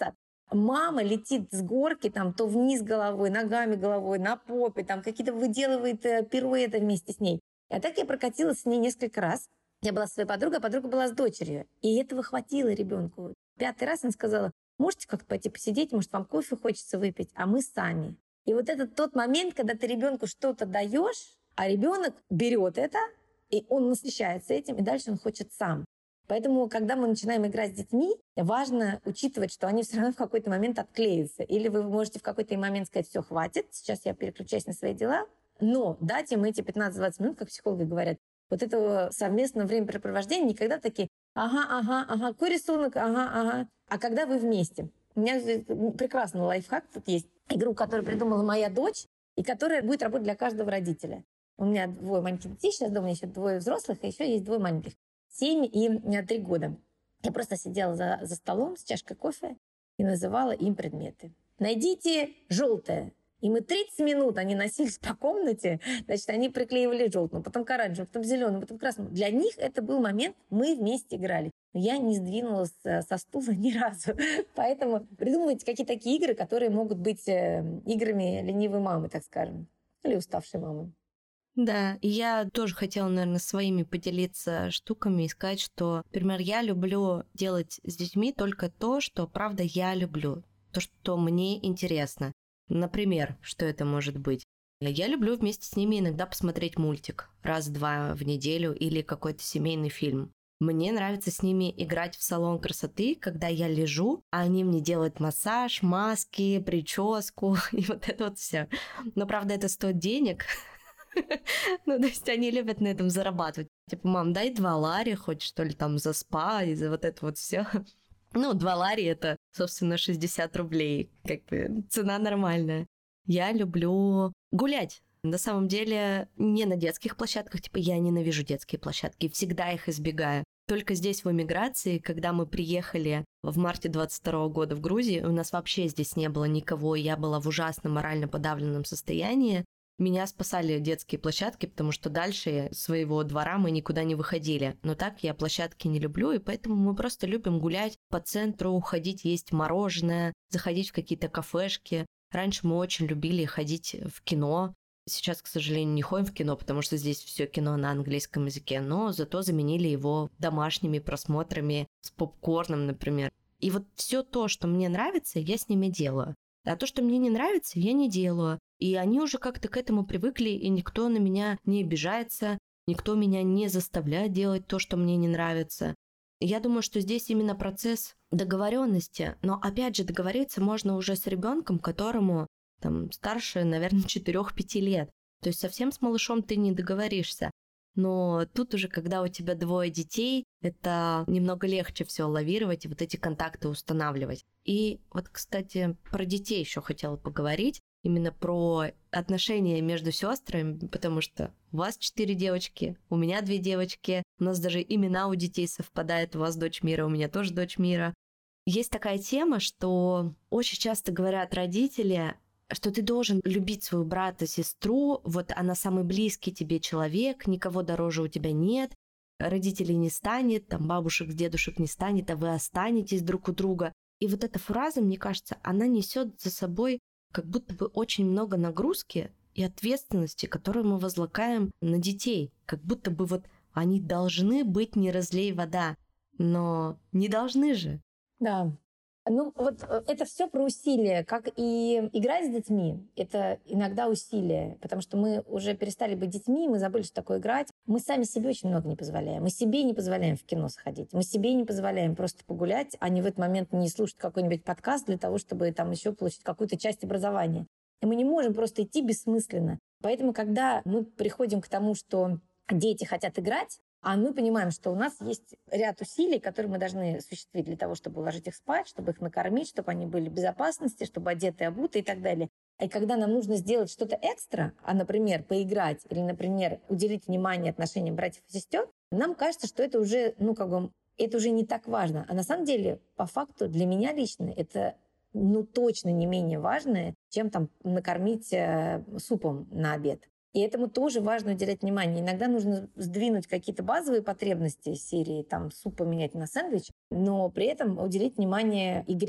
Мама летит с горки, там, то вниз головой, ногами головой, на попе, там, какие-то выделывает э, пируэты вместе с ней. А так я прокатилась с ней несколько раз. Я была со своей подругой, а подруга была с дочерью. И этого хватило ребенку. Пятый раз она сказала: можете как-то пойти посидеть, может, вам кофе хочется выпить, а мы сами. И вот это тот момент, когда ты ребенку что-то даешь, а ребенок берет это, и он насыщается этим, и дальше он хочет сам. Поэтому, когда мы начинаем играть с детьми, важно учитывать, что они все равно в какой-то момент отклеятся. Или вы можете в какой-то момент сказать: все, хватит, сейчас я переключаюсь на свои дела, но дать им эти пятнадцать-двадцать минут, как психологи говорят, вот этого совместного времяпрепровождения, никогда такие: ага, ага, ага, какой рисунок, ага, ага. А когда вы вместе. У меня прекрасный лайфхак тут есть. Игру, которую придумала моя дочь, и которая будет работать для каждого родителя. У меня двое маленьких детей сейчас дома, еще двое взрослых, и еще есть двое маленьких. семь и три года. Я просто сидела за, за столом с чашкой кофе и называла им предметы. Найдите желтое. И мы тридцать минут они носились по комнате, значит, они приклеивали желтому, потом к оранжевому, потом зеленому, потом красному. Для них это был момент, мы вместе играли. Но я не сдвинулась со стула ни разу. Поэтому придумывайте какие-то такие игры, которые могут быть играми ленивой мамы, так скажем, или уставшей мамы. Да, и я тоже хотела, наверное, своими поделиться штуками и сказать, что, например, я люблю делать с детьми только то, что, правда, я люблю, то, что мне интересно. Например, что это может быть? Я люблю вместе с ними иногда посмотреть мультик раз-два в неделю или какой-то семейный фильм. Мне нравится с ними играть в салон красоты, когда я лежу, а они мне делают массаж, маски, прическу и вот это вот все. Но, правда, это стоит денег. Ну, то есть они любят на этом зарабатывать. Типа: мам, дай два лари хоть, что ли, там за спа и за вот это вот все. Ну, два лари — это, собственно, шестьдесят рублей. Как бы цена нормальная. Я люблю гулять. На самом деле, не на детских площадках. Типа, я ненавижу детские площадки, всегда их избегаю. Только здесь, в эмиграции, когда мы приехали в марте двадцать второго года в Грузию, у нас вообще здесь не было никого, и я была в ужасно морально подавленном состоянии. Меня спасали детские площадки, потому что дальше своего двора мы никуда не выходили. Но так я площадки не люблю, и поэтому мы просто любим гулять по центру, ходить есть мороженое, заходить в какие-то кафешки. Раньше мы очень любили ходить в кино. Сейчас, к сожалению, не ходим в кино, потому что здесь все кино на английском языке, но зато заменили его домашними просмотрами с попкорном, например. И вот все то, что мне нравится, я с ними делаю. А то, что мне не нравится, я не делаю. И они уже как-то к этому привыкли, и никто на меня не обижается, никто меня не заставляет делать то, что мне не нравится. И я думаю, что здесь именно процесс договоренности. Но опять же, договориться можно уже с ребенком, которому там старше, наверное, четыре-пять лет. То есть совсем с малышом ты не договоришься. Но тут уже, когда у тебя двое детей, это немного легче все лавировать и вот эти контакты устанавливать. И вот, кстати, про детей еще хотела поговорить. Именно про отношения между сестрами, потому что у вас четыре девочки, у меня две девочки, у нас даже имена у детей совпадают, у вас дочь Мира, у меня тоже дочь Мира. Есть такая тема, что очень часто говорят родители, что ты должен любить свою брата, сестру, вот она самый близкий тебе человек, никого дороже у тебя нет, родителей не станет, там бабушек, дедушек не станет, а вы останетесь друг у друга. И вот эта фраза, мне кажется, она несет за собой как будто бы очень много нагрузки и ответственности, которую мы возлагаем на детей. Как будто бы вот они должны быть не разлей вода, но не должны же. Да. Ну, вот это все про усилия. Как и играть с детьми, это иногда усилия, потому что мы уже перестали быть детьми, мы забыли, что такое играть. Мы сами себе очень много не позволяем. Мы себе не позволяем в кино сходить. Мы себе не позволяем просто погулять, а не в этот момент не слушать какой-нибудь подкаст для того, чтобы там еще получить какую-то часть образования. И мы не можем просто идти бессмысленно. Поэтому, когда мы приходим к тому, что дети хотят играть, а мы понимаем, что у нас есть ряд усилий, которые мы должны осуществить для того, чтобы уложить их спать, чтобы их накормить, чтобы они были в безопасности, чтобы одеты, обуты и так далее. И когда нам нужно сделать что-то экстра, а, например, поиграть или, например, уделить внимание отношениям братьев и сестер, нам кажется, что это уже, ну, как бы, это уже не так важно. А на самом деле, по факту, для меня лично это, ну, точно не менее важно, чем там накормить э, супом на обед. И этому тоже важно уделять внимание. Иногда нужно сдвинуть какие-то базовые потребности серии, там, суп поменять на сэндвич, но при этом уделить внимание игре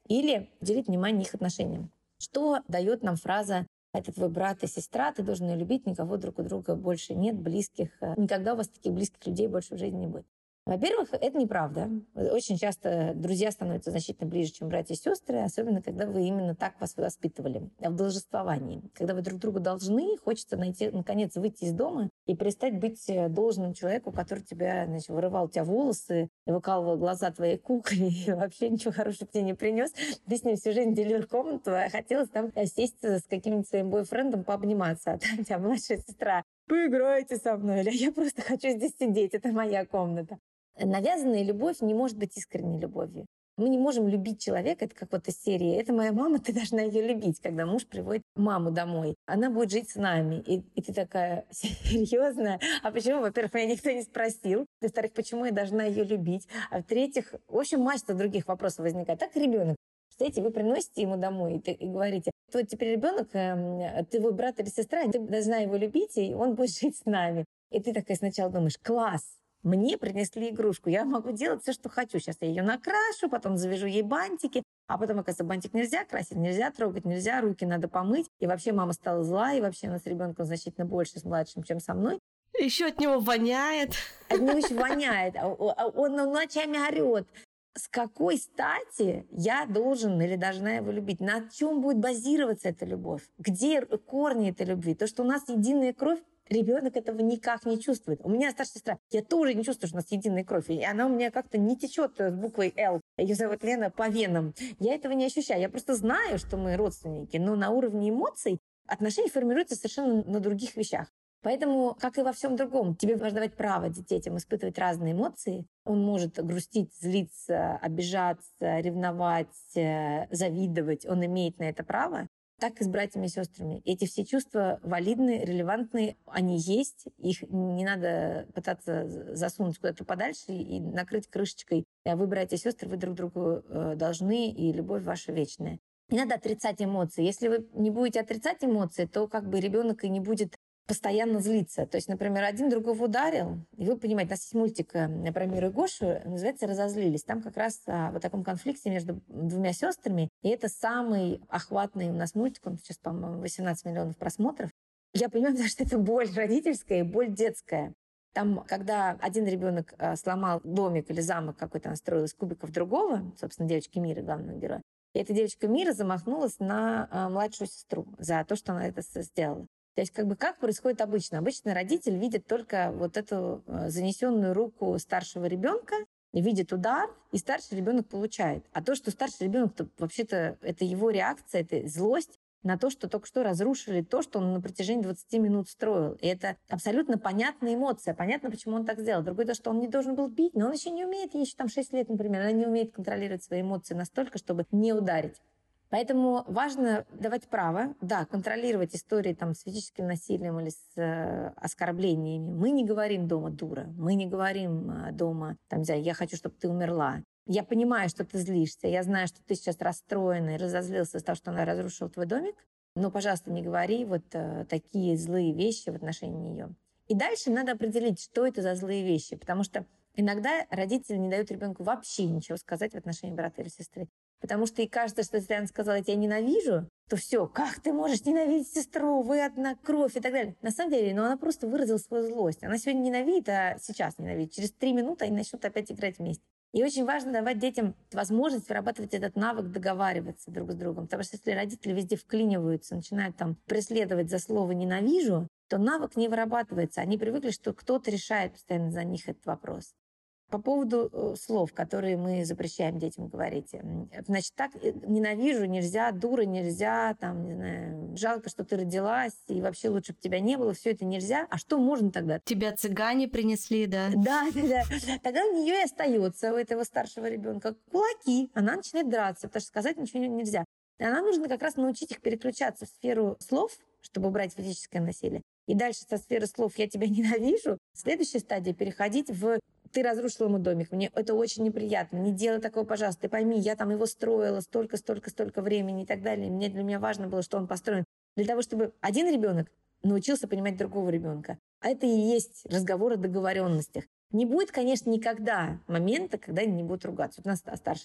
или уделить внимание их отношениям. Что дает нам фраза «это твой брат и сестра, ты должен ее любить, никого друг у друга больше нет, близких, никогда у вас таких близких людей больше в жизни не будет». Во-первых, это неправда. Очень часто друзья становятся значительно ближе, чем братья и сестры, особенно когда вы именно так вас воспитывали, в должествовании. Когда вы друг другу должны, хочется найти, наконец, выйти из дома и перестать быть должным человеку, который тебя, значит, вырывал у тебя волосы, выкалывал глаза твоей кукле и вообще ничего хорошего тебе не принес. Ты с ним всю жизнь делил комнату, а хотелось там сесть с каким-нибудь своим бойфрендом, пообниматься. А там у тебя младшая сестра: «Поиграйте со мной», или «я просто хочу здесь сидеть, это моя комната». Навязанная любовь не может быть искренней любовью. Мы не можем любить человека, это как вот из серии «это моя мама, ты должна ее любить», когда муж приводит маму домой. Она будет жить с нами. И, и ты такая: серьезно? А почему? Во-первых, меня никто не спросил. Во-вторых, почему я должна ее любить? А в-третьих, в общем, масса других вопросов возникает. Так ребенок. Представляете, вы приносите ему домой и, и говорите: вот теперь ребенок, э, ты твой брат или сестра, ты должна его любить, и он будет жить с нами. И ты такая сначала думаешь: класс, мне принесли игрушку, я могу делать все, что хочу. Сейчас я ее накрашу, потом завяжу ей бантики, а потом, оказывается, бантик нельзя красить, нельзя трогать, нельзя, руки надо помыть. И вообще мама стала зла, и вообще она с ребенком значительно больше, с младшим, чем со мной. Еще от него воняет. От него еще воняет. Он ночами орет. С какой стати я должен или должна его любить? На чем будет базироваться эта любовь? Где корни этой любви? То, что у нас единая кровь, ребенок этого никак не чувствует. У меня старшая сестра, я тоже не чувствую, что у нас единая кровь. И она у меня как-то не течет с буквой «Л». Ее зовут Лена, по венам. Я этого не ощущаю. Я просто знаю, что мы родственники. Но на уровне эмоций отношения формируются совершенно на других вещах. Поэтому, как и во всем другом, тебе важно давать право детям испытывать разные эмоции. Он может грустить, злиться, обижаться, ревновать, завидовать. Он имеет на это право. Так и с братьями и сестрами. Эти все чувства валидны, релевантны, они есть. Их не надо пытаться засунуть куда-то подальше и накрыть крышечкой. Вы, братья и сестры, вы друг другу должны, и любовь ваша вечная. Не надо отрицать эмоции. Если вы не будете отрицать эмоции, то как бы ребенок и не будет постоянно злиться. То есть, например, один другого ударил, и вы понимаете, у нас есть мультик про Миру и Гошу, называется «Разозлились». Там как раз о вот таком конфликте между двумя сестрами, и это самый охватный у нас мультик, он сейчас, по-моему, восемнадцать миллионов просмотров. Я понимаю, потому что это боль родительская и боль детская. Там, когда один ребенок сломал домик или замок какой-то, он строил из кубиков другого, собственно, девочки Миры, главного героя, и эта девочка Мира замахнулась на младшую сестру за то, что она это сделала. То есть как бы как происходит обычно? Обычно родитель видит только вот эту занесенную руку старшего ребенка, видит удар, и старший ребенок получает. А то, что старший ребенок, вообще-то это его реакция, это злость на то, что только что разрушили то, что он на протяжении двадцати минут строил. И это абсолютно понятная эмоция. Понятно, почему он так сделал. Другое то, что он не должен был бить, но он еще не умеет, ей еще там шесть лет, например, она не умеет контролировать свои эмоции настолько, чтобы не ударить. Поэтому важно давать право, да, контролировать истории там, с физическим насилием или с э, оскорблениями. Мы не говорим дома «дура», мы не говорим э, дома там, не знаю, «я хочу, чтобы ты умерла». Я понимаю, что ты злишься, я знаю, что ты сейчас расстроена и разозлился из-за того, что она разрушила твой домик, но, пожалуйста, не говори вот э, такие злые вещи в отношении нее. И дальше надо определить, что это за злые вещи, потому что иногда родители не дают ребенку вообще ничего сказать в отношении брата или сестры. Потому что и кажется, что если она сказала «я тебя ненавижу», то все, как ты можешь ненавидеть сестру, вы одна кровь и так далее. На самом деле, ну, она просто выразила свою злость. Она сегодня ненавидит, а сейчас ненавидит. Через три минуты они начнут опять играть вместе. И очень важно давать детям возможность вырабатывать этот навык договариваться друг с другом. Потому что если родители везде вклиниваются, начинают там преследовать за слово «ненавижу», то навык не вырабатывается. Они привыкли, что кто-то решает постоянно за них этот вопрос. По поводу слов, которые мы запрещаем детям говорить. Значит, так ненавижу, нельзя, дура, нельзя, там, не знаю, жалко, что ты родилась, и вообще лучше бы тебя не было, все это нельзя. А что можно тогда? Тебя цыгане принесли, да? Да, да, да. Тогда у нее и остается, у этого старшего ребенка, кулаки. Она начинает драться, потому что сказать ничего нельзя. И она нужно как раз научить их переключаться в сферу слов, чтобы убрать физическое насилие. И дальше со сферы слов «я тебя ненавижу» следующая стадия переходить в «ты разрушила ему домик, мне это очень неприятно, не делай такого, пожалуйста, ты пойми, я там его строила столько, столько, столько времени и так далее, мне для меня важно было, что он построен для того, чтобы один ребенок научился понимать другого ребенка. А это и есть разговор о договоренностях. Не будет, конечно, никогда момента, когда они не будут ругаться. Вот у нас старшие дети,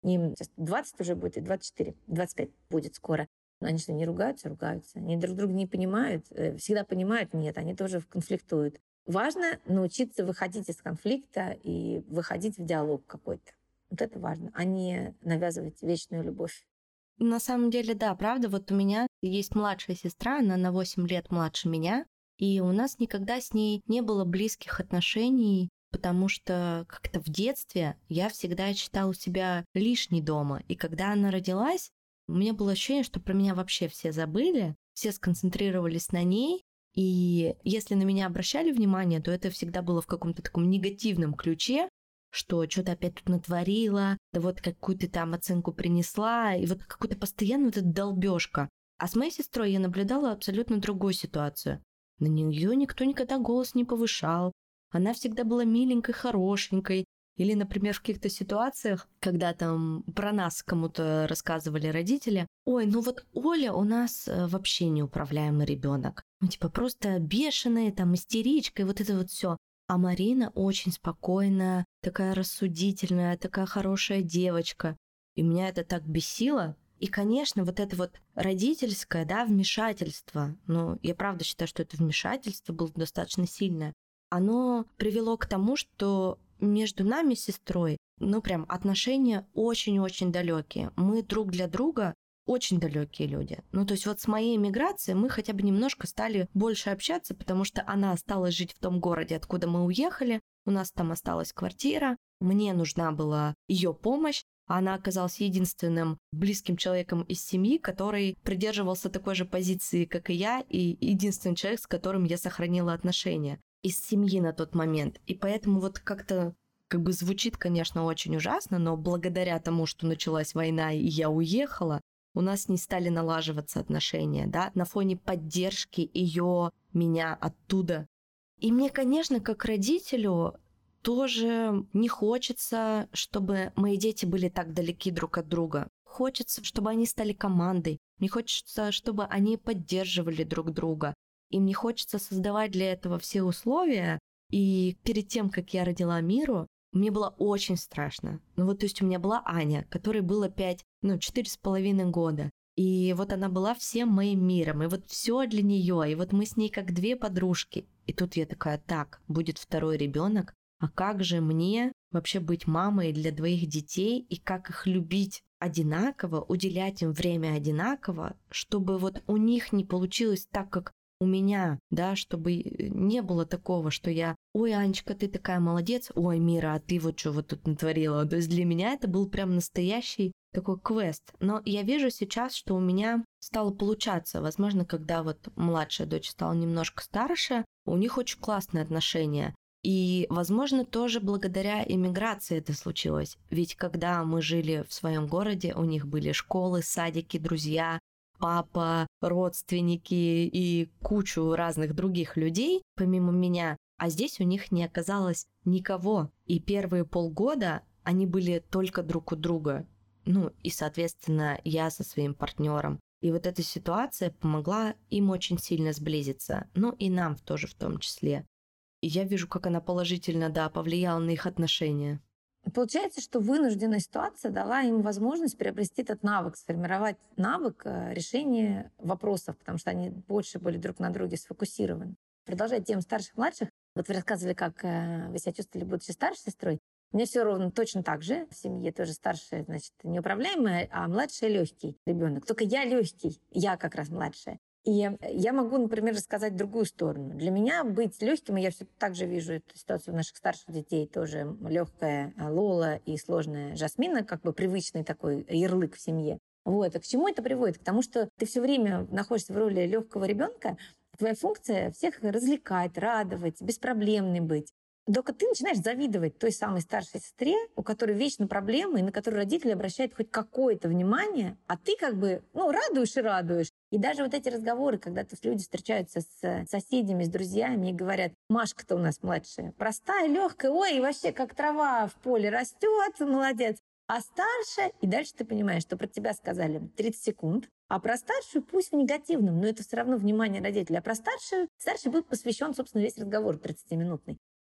Им сейчас двадцать уже будет, и двадцать четыре, двадцать пять будет скоро. Но они что, не ругаются? Ругаются. Они друг друга не понимают. э, Всегда понимают? Нет, они тоже конфликтуют. Важно научиться выходить из конфликта и выходить в диалог какой-то. Вот это важно, а не навязывать вечную любовь. На самом деле, да, правда, вот у меня есть младшая сестра, она на восемь лет младше меня, и у нас никогда с ней не было близких отношений, потому что как-то в детстве я всегда считала себя лишней дома. И когда она родилась, у меня было ощущение, что про меня вообще все забыли, все сконцентрировались на ней, и если на меня обращали внимание, то это всегда было в каком-то таком негативном ключе, что что-то опять тут натворила, да вот какую ты там оценку принесла, и вот какую-то постоянно вот эта долбёжка. А с моей сестрой я наблюдала абсолютно другую ситуацию. На нее никто никогда голос не повышал. Она всегда была миленькой, хорошенькой. Или, например, в каких-то ситуациях, когда там про нас кому-то рассказывали родители, ой, ну вот Оля у нас э, вообще неуправляемый ребенок. Ну, типа, просто бешеная, там, истеричка, и вот это вот все. А Марина очень спокойная, такая рассудительная, такая хорошая девочка. И меня это так бесило. И, конечно, вот это вот родительское, да, вмешательство, ну, я правда считаю, что это вмешательство было достаточно сильное, оно привело к тому, что между нами с сестрой, ну, прям отношения очень-очень далекие. Мы друг для друга очень далекие люди. Ну, то есть вот с моей эмиграцией мы хотя бы немножко стали больше общаться, потому что она осталась жить в том городе, откуда мы уехали. У нас там осталась квартира. Мне нужна была ее помощь. Она оказалась единственным близким человеком из семьи, который придерживался такой же позиции, как и я, и единственный человек, с которым я сохранила отношения из семьи на тот момент. И поэтому вот как-то как бы звучит, конечно, очень ужасно, но благодаря тому, что началась война и я уехала, у нас не стали налаживаться отношения, да, на фоне поддержки ее, меня оттуда. И мне, конечно, как родителю тоже не хочется, чтобы мои дети были так далеки друг от друга. Хочется, чтобы они стали командой. Мне хочется, чтобы они поддерживали друг друга. И мне хочется создавать для этого все условия. И перед тем, как я родила Миру, мне было очень страшно. Ну вот, то есть у меня была Аня, которой было пять, ну, четыре с половиной года. И вот она была всем моим миром. И вот все для нее. И вот мы с ней как две подружки. И тут я такая, так, будет второй ребенок. А как же мне вообще быть мамой для двоих детей? И как их любить одинаково, уделять им время одинаково, чтобы вот у них не получилось так, как у меня, да, чтобы не было такого, что я, ой, Анечка, ты такая молодец, ой, Мира, а ты вот что вот тут натворила. То есть для меня это был прям настоящий такой квест. Но я вижу сейчас, что у меня стало получаться. Возможно, когда вот младшая дочь стала немножко старше, у них очень классные отношения. И, возможно, тоже благодаря иммиграции это случилось. Ведь когда мы жили в своем городе, у них были школы, садики, друзья, папа, родственники и кучу разных других людей, помимо меня. А здесь у них не оказалось никого. И первые полгода они были только друг у друга. Ну, и, соответственно, я со своим партнером. И вот эта ситуация помогла им очень сильно сблизиться. Ну, и нам тоже в том числе. И я вижу, как она положительно, да, повлияла на их отношения. Получается, что вынужденная ситуация дала им возможность приобрести этот навык, сформировать навык э, решения вопросов, потому что они больше были друг на друге сфокусированы. Продолжая тему старших-младших, вот вы рассказывали, как э, вы себя чувствовали, будучи старшей сестрой. У меня все ровно точно так же. В семье тоже старшая, значит, неуправляемая, а младшая легкий ребенок. Только я легкий, я как раз младшая. И я могу, например, рассказать другую сторону. Для меня быть легким, и я все так же вижу эту ситуацию у наших старших детей, тоже легкая Лола и сложная Жасмина, как бы привычный такой ярлык в семье. Вот. А к чему это приводит? К тому, что ты все время находишься в роли легкого ребенка, твоя функция всех развлекать, радовать, беспроблемный быть. Только ты начинаешь завидовать той самой старшей сестре, у которой вечно проблемы, и на которую родители обращают хоть какое-то внимание, а ты как бы, ну, радуешь и радуешь. И даже вот эти разговоры, когда люди встречаются с соседями, с друзьями и говорят, Машка-то у нас младшая, простая, легкая, ой, и вообще как трава в поле растет, молодец. А старшая, и дальше ты понимаешь, что про тебя сказали тридцать секунд, а про старшую пусть в негативном, но это все равно внимание родителей. А про старшую, старший был посвящен, собственно, весь разговор тридцатиминутный.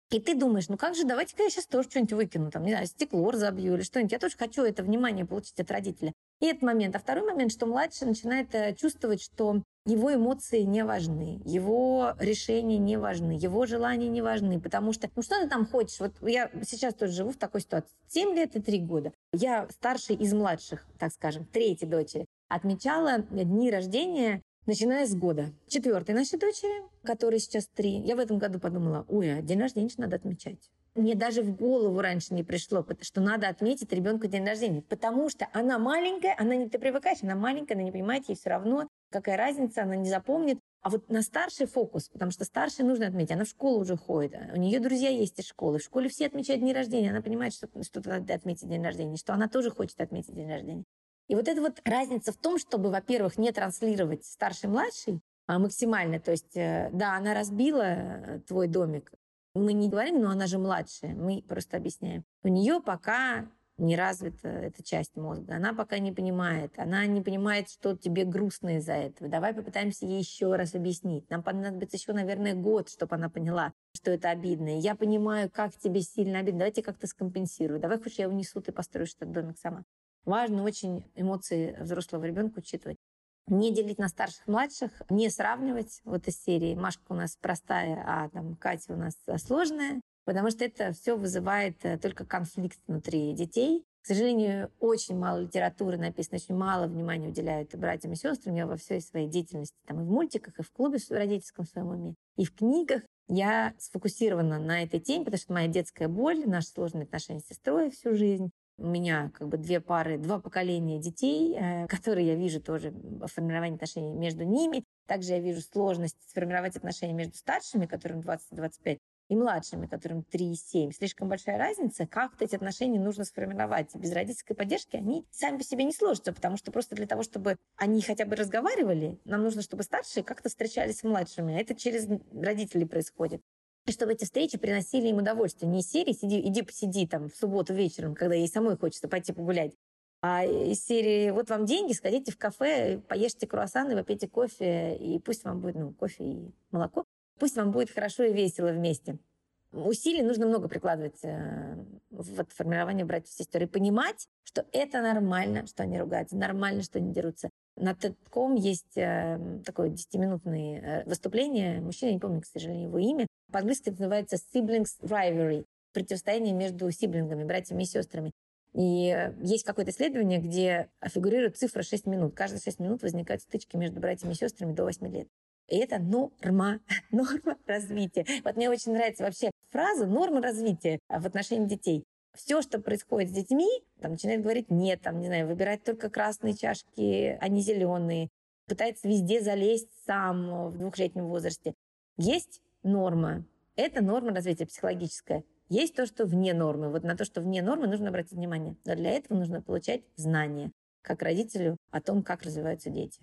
И ты думаешь, ну как же, давайте-ка я сейчас тоже что-нибудь выкину, там, не знаю, стекло разобью или что-нибудь. Я тоже хочу это внимание получить от родителя. И этот момент. А второй момент, что младший начинает э, чувствовать, что его эмоции не важны, его решения не важны, его желания не важны, потому что, ну что ты там хочешь? Вот я сейчас тоже живу в такой ситуации. семь лет и три года. Я старший из младших, так скажем, третьей дочери, отмечала дни рождения, начиная с года. Четвертой нашей дочери, которой сейчас три, я в этом году подумала, ой, а день рождения надо отмечать. Мне даже в голову раньше не пришло, что надо отметить ребенку день рождения, потому что она маленькая, она не ты привыкаешь, она маленькая, она не понимает, ей все равно, какая разница, она не запомнит. А вот на старший фокус, потому что старшей нужно отметить, она в школу уже ходит, у нее друзья есть из школы, в школе все отмечают дни рождения, она понимает, что, что надо отметить день рождения, что она тоже хочет отметить день рождения. И вот эта вот разница в том, чтобы, во-первых, не транслировать старший-младший а максимально, то есть, да, она разбила твой домик, мы не говорим, но она же младшая, мы просто объясняем. У нее пока не развита эта часть мозга, она пока не понимает, она не понимает, что тебе грустно из-за этого. Давай попытаемся ей еще раз объяснить. Нам понадобится еще, наверное, год, чтобы она поняла, что это обидно. И я понимаю, как тебе сильно обидно, давайте как-то скомпенсирую. Давай хоть я унесу, ты построишь этот домик сама. Важно очень эмоции взрослого ребенка учитывать. Не делить на старших-младших, не сравнивать вот из серии «Машка у нас простая, а там Катя у нас сложная», потому что это все вызывает только конфликт внутри детей. К сожалению, очень мало литературы написано, очень мало внимания уделяют братьям и сестрам. Я во всей своей деятельности, там и в мультиках, и в клубе в родительском своем уме, и в книгах я сфокусирована на этой теме, потому что моя детская боль, наши сложные отношения с сестрой всю жизнь. У меня как бы две пары, два поколения детей, которые я вижу тоже в формировании отношений между ними. Также я вижу сложность сформировать отношения между старшими, которым двадцать-двадцать пять, и младшими, которым три и семь. Слишком большая разница. Как-то эти отношения нужно сформировать. Без родительской поддержки они сами по себе не сложатся, потому что просто для того, чтобы они хотя бы разговаривали, нам нужно, чтобы старшие как-то встречались с младшими. А это через родителей происходит. И чтобы эти встречи приносили им удовольствие. Не из серии «Сиди, иди посиди там в субботу вечером, когда ей самой хочется пойти погулять», а из серии «Вот вам деньги, сходите в кафе, поешьте круассаны, попейте кофе, и пусть вам будет, ну, кофе и молоко, пусть вам будет хорошо и весело вместе». Усилий нужно много прикладывать э, в формирование братьев и сестер и понимать, что это нормально, что они ругаются, нормально, что они дерутся. На TED точка ком есть э, такое десятиминутное э, выступление. Мужчина, не помню, к сожалению, его имя. По-английски это называется siblings rivalry. Противостояние между сиблингами, братьями и сестрами. И э, есть какое-то исследование, где фигурирует цифра шесть минут. Каждые шесть минут возникают стычки между братьями и сестрами до восьми лет. И это норма, норма развития. Вот мне очень нравится вообще фраза «норма развития» в отношении детей. Все, что происходит с детьми, там начинает говорить «нет», там, не знаю, выбирать только красные чашки, а не зеленые, пытается везде залезть сам в двухлетнем возрасте. Есть норма. Это норма развития психологическая. Есть то, что вне нормы. Вот на то, что вне нормы, нужно обратить внимание. Но для этого нужно получать знания, как родителю, о том, как развиваются дети.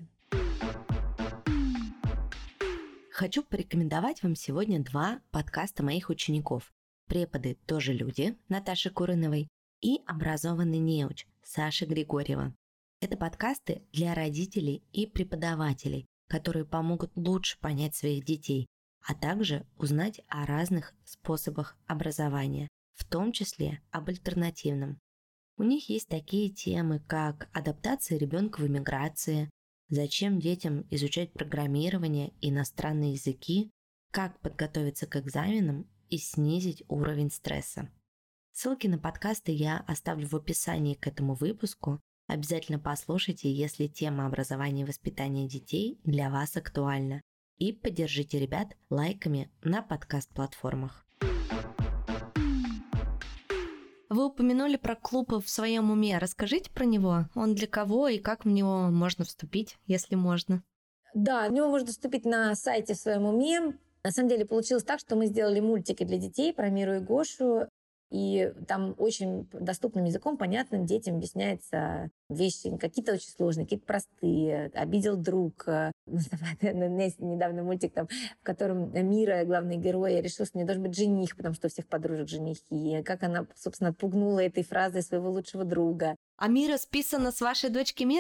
Хочу порекомендовать вам сегодня два подкаста моих учеников. «Преподы тоже люди» Наташи Курыновой и «Образованный неуч» Саши Григорьева. Это подкасты для родителей и преподавателей, которые помогут лучше понять своих детей, а также узнать о разных способах образования, в том числе об альтернативном. У них есть такие темы, как адаптация ребенка в эмиграции, зачем детям изучать программирование и иностранные языки, как подготовиться к экзаменам и снизить уровень стресса. Ссылки на подкасты я оставлю в описании к этому выпуску. Обязательно послушайте, если тема образования и воспитания детей для вас актуальна. И поддержите ребят лайками на подкаст-платформах. Вы упомянули про клуб в своем уме. Расскажите про него. Он для кого и как в него можно вступить, если можно? Да, в него можно вступить на сайте в своем уме. На самом деле получилось так, что мы сделали мультики для детей про Миру и Гошу. И там очень доступным языком, понятным детям объясняются вещи, какие-то очень сложные, какие-то простые. Обидел друг. Недавно мультик, там, в котором Мира, главный герой, решил, что мне должен быть жених, потому что у всех подружек женихи. Как она, собственно, отпугнула этой фразой своего лучшего друга. А Мира списана с вашей дочки Мира?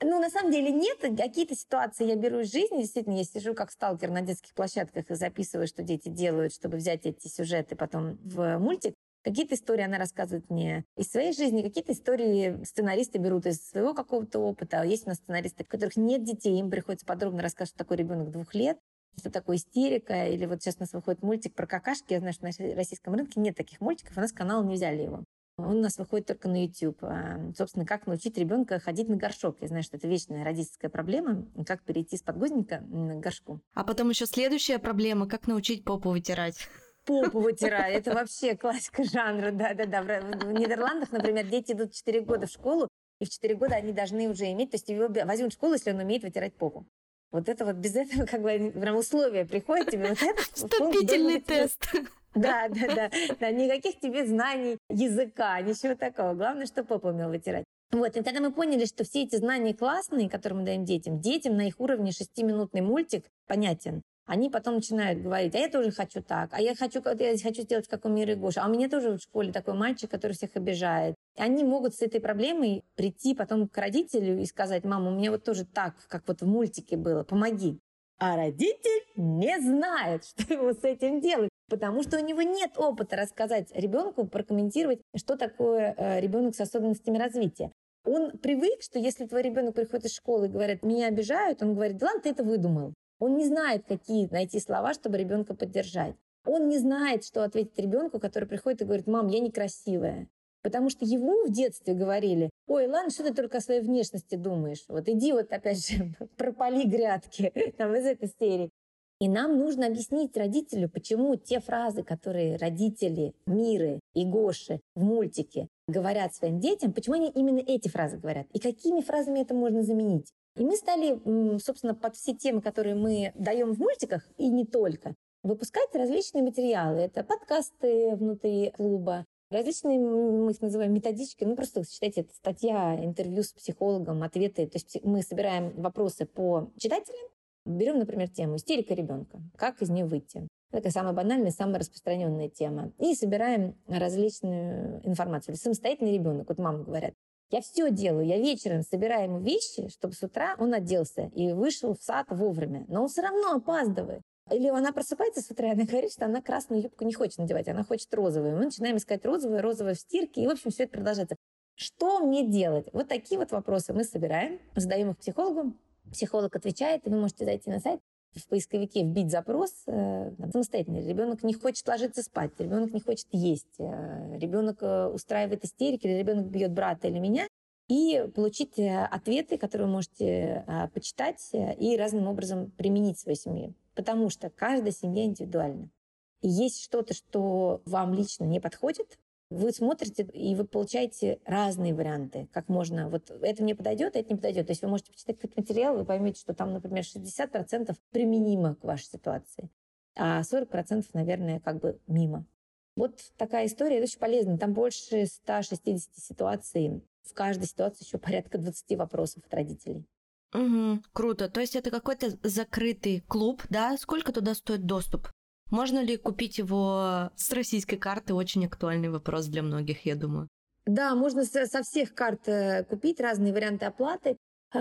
Ну, на самом деле нет. Какие-то ситуации я беру из жизни. Действительно, я сижу как сталкер на детских площадках и записываю, что дети делают, чтобы взять эти сюжеты потом в мультик. Какие-то истории она рассказывает мне из своей жизни, какие-то истории сценаристы берут из своего какого-то опыта. Есть у нас сценаристы, у которых нет детей, им приходится подробно рассказывать, что такое ребенок двух лет, что такое истерика. Или вот сейчас у нас выходит мультик про какашки. Я знаю, что на российском рынке нет таких мультиков, у нас канал не взяли его. Он у нас выходит только на YouTube. Собственно, как научить ребенка ходить на горшок. Я знаю, что это вечная родительская проблема. Как перейти с подгузника к горшку. А потом еще следующая проблема, как научить попу вытирать. Попу вытираю. Это вообще классика жанра. Да-да-да. В Нидерландах, например, дети идут в четыре года в школу, и в четыре года они должны уже иметь, то есть его возьмут в школу, если он умеет вытирать попу. Вот это вот без этого как бы прям условия приходят тебе. Вот это вступительный тест. Да, да, да, да. Никаких тебе знаний языка, ничего такого. Главное, что попу умел вытирать. Вот, и когда мы поняли, что все эти знания классные, которые мы даем детям, детям на их уровне шестиминутный мультик понятен, они потом начинают говорить, а я тоже хочу так, а я хочу, я хочу сделать, как у Миры и Гоши, а у меня тоже в школе такой мальчик, который всех обижает. И они могут с этой проблемой прийти потом к родителю и сказать, мама, у меня вот тоже так, как вот в мультике было, помоги. А родитель не знает, что ему с этим делать, потому что у него нет опыта рассказать ребенку, прокомментировать, что такое ребенок с особенностями развития. Он привык, что если твой ребенок приходит из школы и говорит, меня обижают, он говорит, да ладно, ты это выдумал. Он не знает, какие найти слова, чтобы ребенка поддержать. Он не знает, что ответить ребенку, который приходит и говорит, мам, я некрасивая. Потому что ему в детстве говорили, ой, ладно, что ты только о своей внешности думаешь? Вот иди вот опять же пропали грядки там, из этой серии. И нам нужно объяснить родителю, почему те фразы, которые родители Миры и Гоши в мультике говорят своим детям, почему они именно эти фразы говорят, и какими фразами это можно заменить. И мы стали, собственно, под все темы, которые мы даем в мультиках, и не только, выпускать различные материалы. Это подкасты внутри клуба, различные, мы их называем методички, ну просто, считайте, это статья, интервью с психологом, ответы. То есть мы собираем вопросы по читателям, берем, например, тему «Истерика ребенка. Как из нее выйти?» Такая самая банальная, самая распространенная тема. И собираем различную информацию. Самостоятельный ребенок, вот мамы говорят, я все делаю, я вечером собираю ему вещи, чтобы с утра он оделся и вышел в сад вовремя. Но он все равно опаздывает. Или она просыпается с утра, и она говорит, что она красную юбку не хочет надевать, она хочет розовую. Мы начинаем искать розовую, розовую в стирке, и, в общем, все это продолжается. Что мне делать? Вот такие вот вопросы мы собираем, задаем их психологу. Психолог отвечает, и вы можете зайти на сайт, в поисковике вбить запрос э, самостоятельно. Ребенок не хочет ложиться спать, ребенок не хочет есть, э, ребенок э, устраивает истерики, или ребенок бьет брата или меня, и получить э, ответы, которые вы можете э, почитать э, и разным образом применить в своей семье. Потому что каждая семья индивидуальна. И есть что-то, что вам лично не подходит, вы смотрите, и вы получаете разные варианты, как можно, вот это мне подойдет, а это не подойдет. То есть вы можете почитать какой-то материал, вы поймете, что там, например, шестьдесят процентов применимо к вашей ситуации, а сорок процентов, наверное, как бы мимо. Вот такая история, это очень полезно. Там больше ста шестидесяти ситуаций. В каждой ситуации еще порядка двадцати вопросов от родителей. Угу, круто. То есть это какой-то закрытый клуб, да? Сколько туда стоит доступ? Можно ли купить его с российской карты? Очень актуальный вопрос для многих, я думаю. Да, можно со всех карт купить разные варианты оплаты.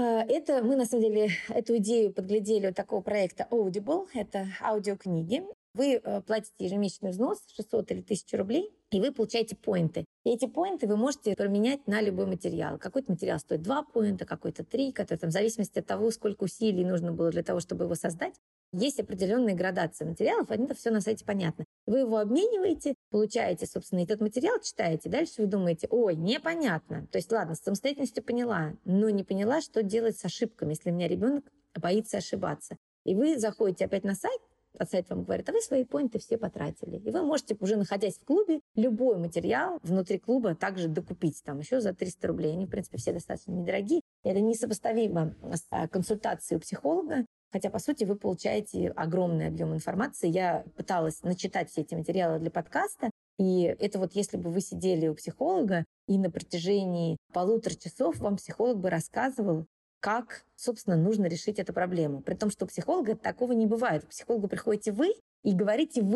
Это мы, на самом деле, эту идею подглядели у такого проекта Audible. Это аудиокниги. Вы платите ежемесячный взнос шестьсот или тысячу рублей, и вы получаете поинты. И эти поинты вы можете променять на любой материал. Какой-то материал стоит два поинта, какой-то три, который там, в зависимости от того, сколько усилий нужно было для того, чтобы его создать. Есть определенные градации материалов, это все на сайте понятно. Вы его обмениваете, получаете, собственно, этот материал, читаете. Дальше вы думаете, ой, непонятно. То есть, ладно, с самостоятельностью поняла, но не поняла, что делать с ошибками, если у меня ребенок боится ошибаться. И вы заходите опять на сайт, а сайт вам говорит, а вы свои поинты все потратили. И вы можете, уже находясь в клубе, любой материал внутри клуба также докупить там еще за триста рублей. Они, в принципе, все достаточно недорогие. Это несопоставимо с консультацией у психолога. Хотя, по сути, вы получаете огромный объем информации. Я пыталась начитать все эти материалы для подкаста. И это вот если бы вы сидели у психолога, и на протяжении полутора часов вам психолог бы рассказывал, как, собственно, нужно решить эту проблему. При том, что у психолога такого не бывает. К психологу приходите вы и говорите вы.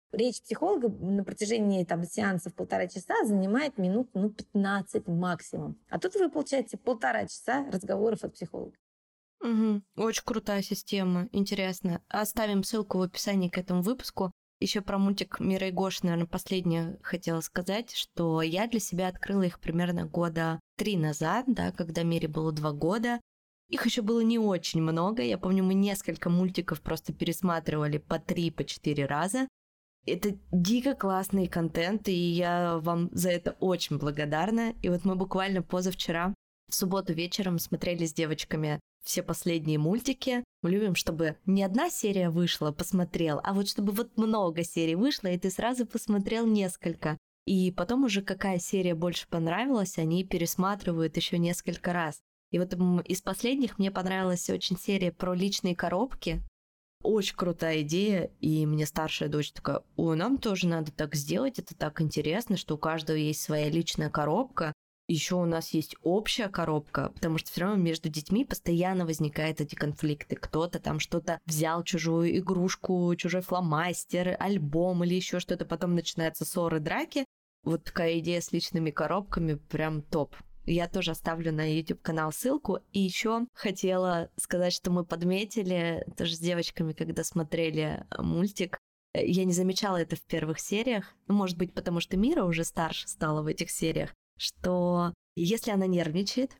Речь психолога на протяжении там, сеансов полтора часа занимает минут ну, пятнадцать максимум. А тут вы получаете полтора часа разговоров от психолога. Угу. Очень крутая система, интересно. Оставим ссылку в описании к этому выпуску. Еще про мультик «Мира и Гоша», наверное, последнее хотела сказать, что я для себя открыла их примерно года три назад, да, когда Мире было два года. Их еще было не очень много. Я помню, мы несколько мультиков просто пересматривали по три, по четыре раза. Это дико классный контент, и я вам за это очень благодарна. И вот мы буквально позавчера, в субботу вечером, смотрели с девочками все последние мультики. Мы любим, чтобы не одна серия вышла, посмотрел, а вот чтобы вот много серий вышло, и ты сразу посмотрел несколько. И потом уже какая серия больше понравилась, они пересматривают еще несколько раз. И вот из последних мне понравилась очень серия про личные коробки. Очень крутая идея, и мне старшая дочь такая: о, нам тоже надо так сделать, это так интересно, что у каждого есть своя личная коробка. Еще у нас есть общая коробка, потому что все равно между детьми постоянно возникают эти конфликты. Кто-то там что-то взял, чужую игрушку, чужой фломастер, альбом или еще что-то, потом начинаются ссоры, драки. Вот такая идея с личными коробками прям топ. Я тоже оставлю на YouTube-канал ссылку. И еще хотела сказать, что мы подметили тоже с девочками, когда смотрели мультик. Я не замечала это в первых сериях. Может быть, потому что Мира уже старше стала в этих сериях. Что если она нервничает,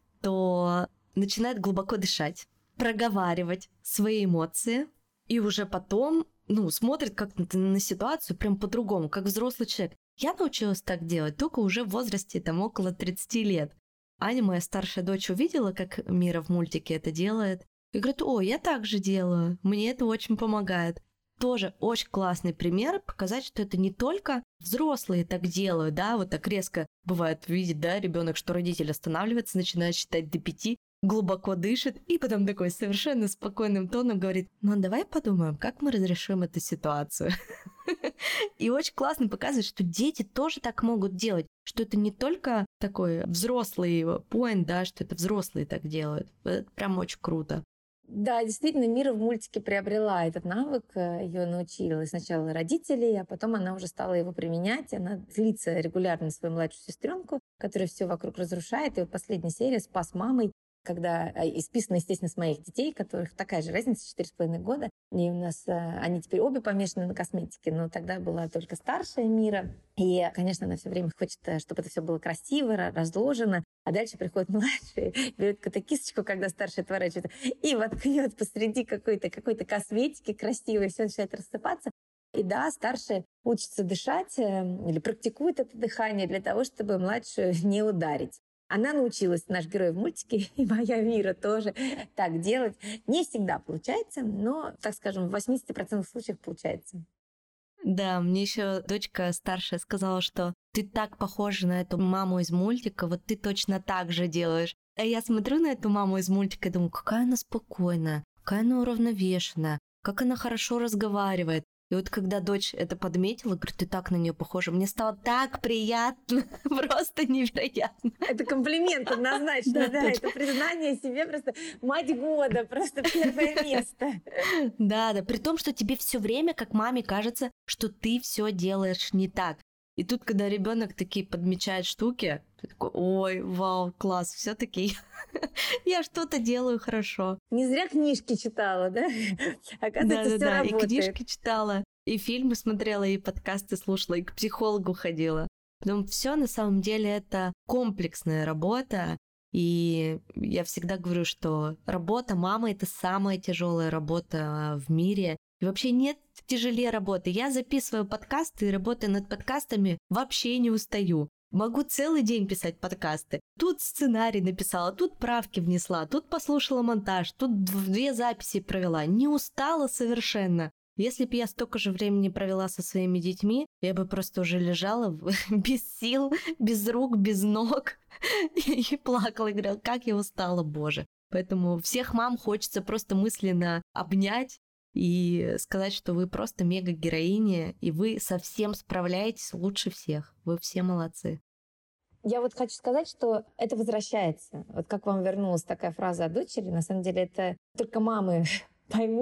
то начинает глубоко дышать, проговаривать свои эмоции. И уже потом, ну, смотрит как-то на ситуацию прям по-другому, как взрослый человек. Я научилась так делать только уже в возрасте там около тридцати лет. Аня, моя старшая дочь, увидела, как Мира в мультике это делает, и говорит: о, я так же делаю, мне это очень помогает. Тоже очень классный пример показать, что это не только взрослые так делают, да, вот так резко бывает, видит, да, ребенок, что родитель останавливается, начинает считать до пяти, глубоко дышит, и потом такой совершенно спокойным тоном говорит: ну, давай подумаем, как мы разрешим эту ситуацию. И очень классно показывает, что дети тоже так могут делать, что это не только такой взрослый поинт, да, что это взрослые так делают. Это прям очень круто. Да, действительно, Мира в мультике приобрела этот навык, ее научила сначала родителей, а потом она уже стала его применять. Она злится регулярно на свою младшую сестренку, которая все вокруг разрушает. И вот последняя серия «Спас мамой», когда исписана, естественно, с моих детей, которых такая же разница, четыре с половиной года. И у нас они теперь обе помешаны на косметике, но тогда была только старшая Мира. И, конечно, она все время хочет, чтобы это все было красиво, разложено. А дальше приходит младший, берет какую-то кисточку, когда старший отворачивает, и воткнет посреди какой-то какой-то косметики красивой, все начинает рассыпаться. И да, старшая учится дышать или практикует это дыхание для того, чтобы младшую не ударить. Она научилась, наш герой в мультике, и моя Мира тоже так делать. Не всегда получается, но, так скажем, в восемьдесят процентов случаев получается. Да, мне еще дочка старшая сказала, что ты так похожа на эту маму из мультика, вот ты точно так же делаешь. А я смотрю на эту маму из мультика и думаю, какая она спокойная, какая она уравновешенная, как она хорошо разговаривает. И вот когда дочь это подметила, говорит: ты так на нее похожа, мне стало так приятно, просто невероятно. Это комплимент однозначно, да, это признание себе просто мать года, просто первое место. Да, да, при том, что тебе все время, как маме, кажется, что ты все делаешь не так. И тут, когда ребенок такие подмечает штуки, ты такой: ой, вау, класс, все-таки я что-то делаю хорошо. Не зря книжки читала, да? Оказывается, все Да-да-да, и работает. книжки читала, и фильмы смотрела, и подкасты слушала, и к психологу ходила. Потом все на самом деле это комплексная работа, и я всегда говорю, что работа мамы — это самая тяжелая работа в мире. И вообще нет тяжелее работы. Я записываю подкасты и работаю над подкастами, вообще не устаю. Могу целый день писать подкасты. Тут сценарий написала, тут правки внесла, тут послушала монтаж, тут две записи провела. Не устала совершенно. Если бы я столько же времени провела со своими детьми, я бы просто уже лежала без сил, без рук, без ног и плакала, и говорила: как я устала, боже. Поэтому всех мам хочется просто мысленно обнять и сказать, что вы просто мега-героиня, и вы совсем справляетесь лучше всех. Вы все молодцы. Я вот хочу сказать, что это возвращается. Вот как вам вернулась такая фраза от дочери, на самом деле это только мамы поймут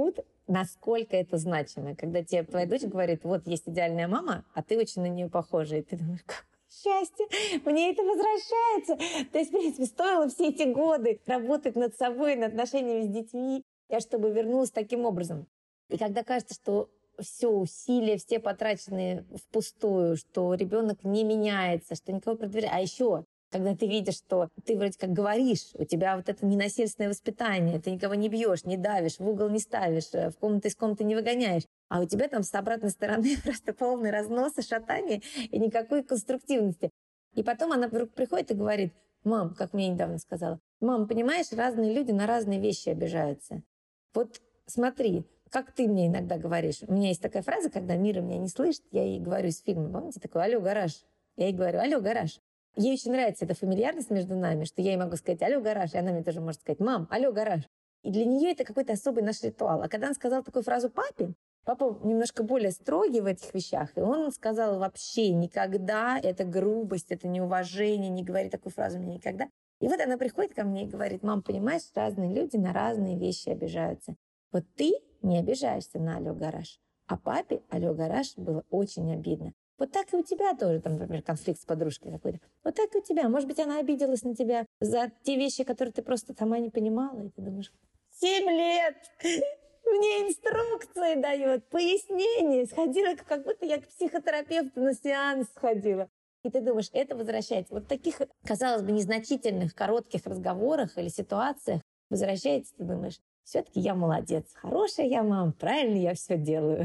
насколько это значимо. Когда тебе твоя дочь говорит, вот есть идеальная мама, а ты очень на нее похожа. И ты думаешь, как счастье, мне это возвращается. То есть, в принципе, стоило все эти годы работать над собой, над отношениями с детьми, я чтобы вернулась таким образом. И когда кажется, что все усилия, все потраченные впустую, что ребенок не меняется, что никого продвижает. А еще, когда ты видишь, что ты вроде как говоришь, у тебя вот это ненасильственное воспитание, ты никого не бьешь, не давишь, в угол не ставишь, в комнату из комнаты не выгоняешь, а у тебя там с обратной стороны просто полный разнос и шатание, и никакой конструктивности. И потом она вдруг приходит и говорит, мам, как мне недавно сказала, мам, понимаешь, разные люди на разные вещи обижаются. Вот смотри, как ты мне иногда говоришь. У меня есть такая фраза, когда Мира меня не слышит, я ей говорю из фильма, помните, такой «Алло, гараж». Я ей говорю «Алло, гараж». Ей очень нравится эта фамильярность между нами, что я ей могу сказать «Алло, гараж», и она мне тоже может сказать «Мам, алло, гараж». И для нее это какой-то особый наш ритуал. А когда он сказал такую фразу папе, папа немножко более строгий в этих вещах, и он сказал вообще никогда, это грубость, это неуважение, не говори такую фразу мне никогда. И вот она приходит ко мне и говорит, мам, понимаешь, разные люди на разные вещи обижаются. Вот ты не обижаешься на «Алло, гараж», а папе «Алло, гараж» было очень обидно. Вот так и у тебя тоже, там, например, конфликт с подружкой какой-то. Вот так и у тебя. Может быть, она обиделась на тебя за те вещи, которые ты просто сама не понимала, и ты думаешь, семь лет! Мне инструкции дает, пояснения. Сходила, как будто я к психотерапевту на сеанс сходила. И ты думаешь, это возвращается. Вот в таких, казалось бы, незначительных, коротких разговорах или ситуациях возвращается, ты думаешь, все-таки я молодец, хорошая я мама, правильно я все делаю.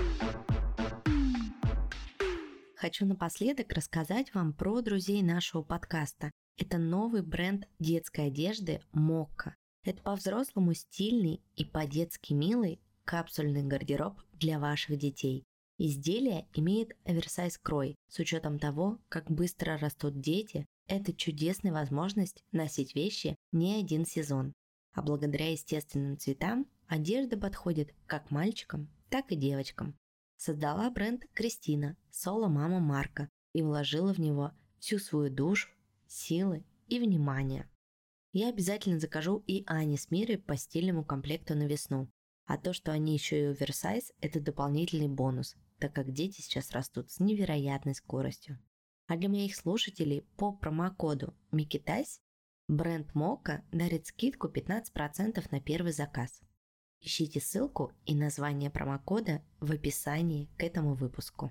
Хочу напоследок рассказать вам про друзей нашего подкаста. Это новый бренд детской одежды Mocca. Это по-взрослому стильный и по-детски милый капсульный гардероб для ваших детей. Изделие имеет оверсайз крой. С учетом того, как быстро растут дети, это чудесная возможность носить вещи не один сезон. А благодаря естественным цветам одежда подходит как мальчикам, так и девочкам. Создала бренд Кристина, соло-мама Марка, и вложила в него всю свою душу, силы и внимание. Я обязательно закажу и Ане с Мирой по стильному комплекту на весну. А то, что они еще и оверсайз, это дополнительный бонус, так как дети сейчас растут с невероятной скоростью. А для моих слушателей по промокоду Микитайс бренд Mocca дарит скидку пятнадцать процентов на первый заказ. Ищите ссылку и название промокода в описании к этому выпуску.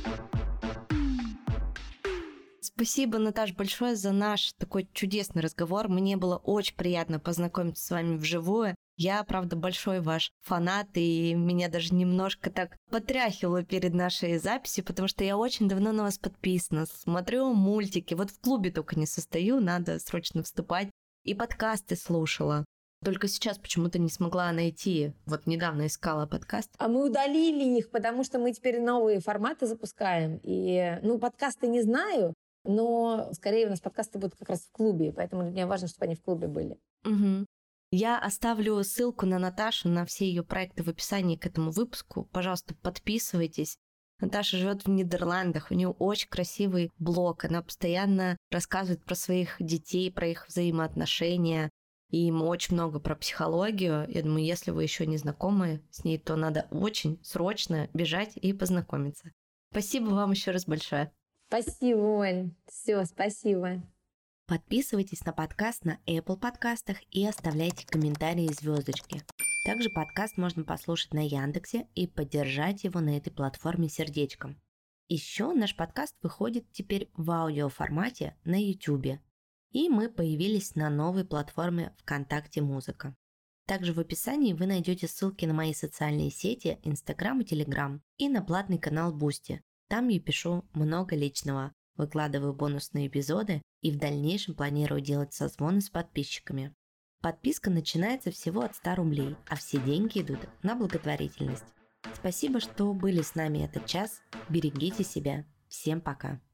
Спасибо, Наташ, большое за наш такой чудесный разговор. Мне было очень приятно познакомиться с вами вживую. Я, правда, большой ваш фанат, и меня даже немножко так потряхивало перед нашей записью, потому что я очень давно на вас подписана, смотрю мультики, вот в клубе только не состою, надо срочно вступать, и подкасты слушала. Только сейчас почему-то не смогла найти. Вот недавно искала подкаст. А мы удалили их, потому что мы теперь новые форматы запускаем. И, ну, подкасты не знаю, но скорее у нас подкасты будут как раз в клубе, поэтому для меня важно, чтобы они в клубе были. Угу. Я оставлю ссылку на Наташу, на все ее проекты в описании к этому выпуску. Пожалуйста, подписывайтесь. Наташа живет в Нидерландах, у нее очень красивый блог. Она постоянно рассказывает про своих детей, про их взаимоотношения. И им очень много про психологию. Я думаю, если вы еще не знакомы с ней, то надо очень срочно бежать и познакомиться. Спасибо вам еще раз большое. Спасибо, Оль. Все, спасибо. Подписывайтесь на подкаст на Apple подкастах и оставляйте комментарии и звездочки. Также подкаст можно послушать на Яндексе и поддержать его на этой платформе сердечком. Еще наш подкаст выходит теперь в аудиоформате на YouTube. И мы появились на новой платформе ВКонтакте Музыка. Также в описании вы найдете ссылки на мои социальные сети, Инстаграм и Телеграм, и на платный канал Бусти. Там я пишу много личного, выкладываю бонусные эпизоды и в дальнейшем планирую делать созвоны с подписчиками. Подписка начинается всего от ста рублей, а все деньги идут на благотворительность. Спасибо, что были с нами этот час. Берегите себя. Всем пока.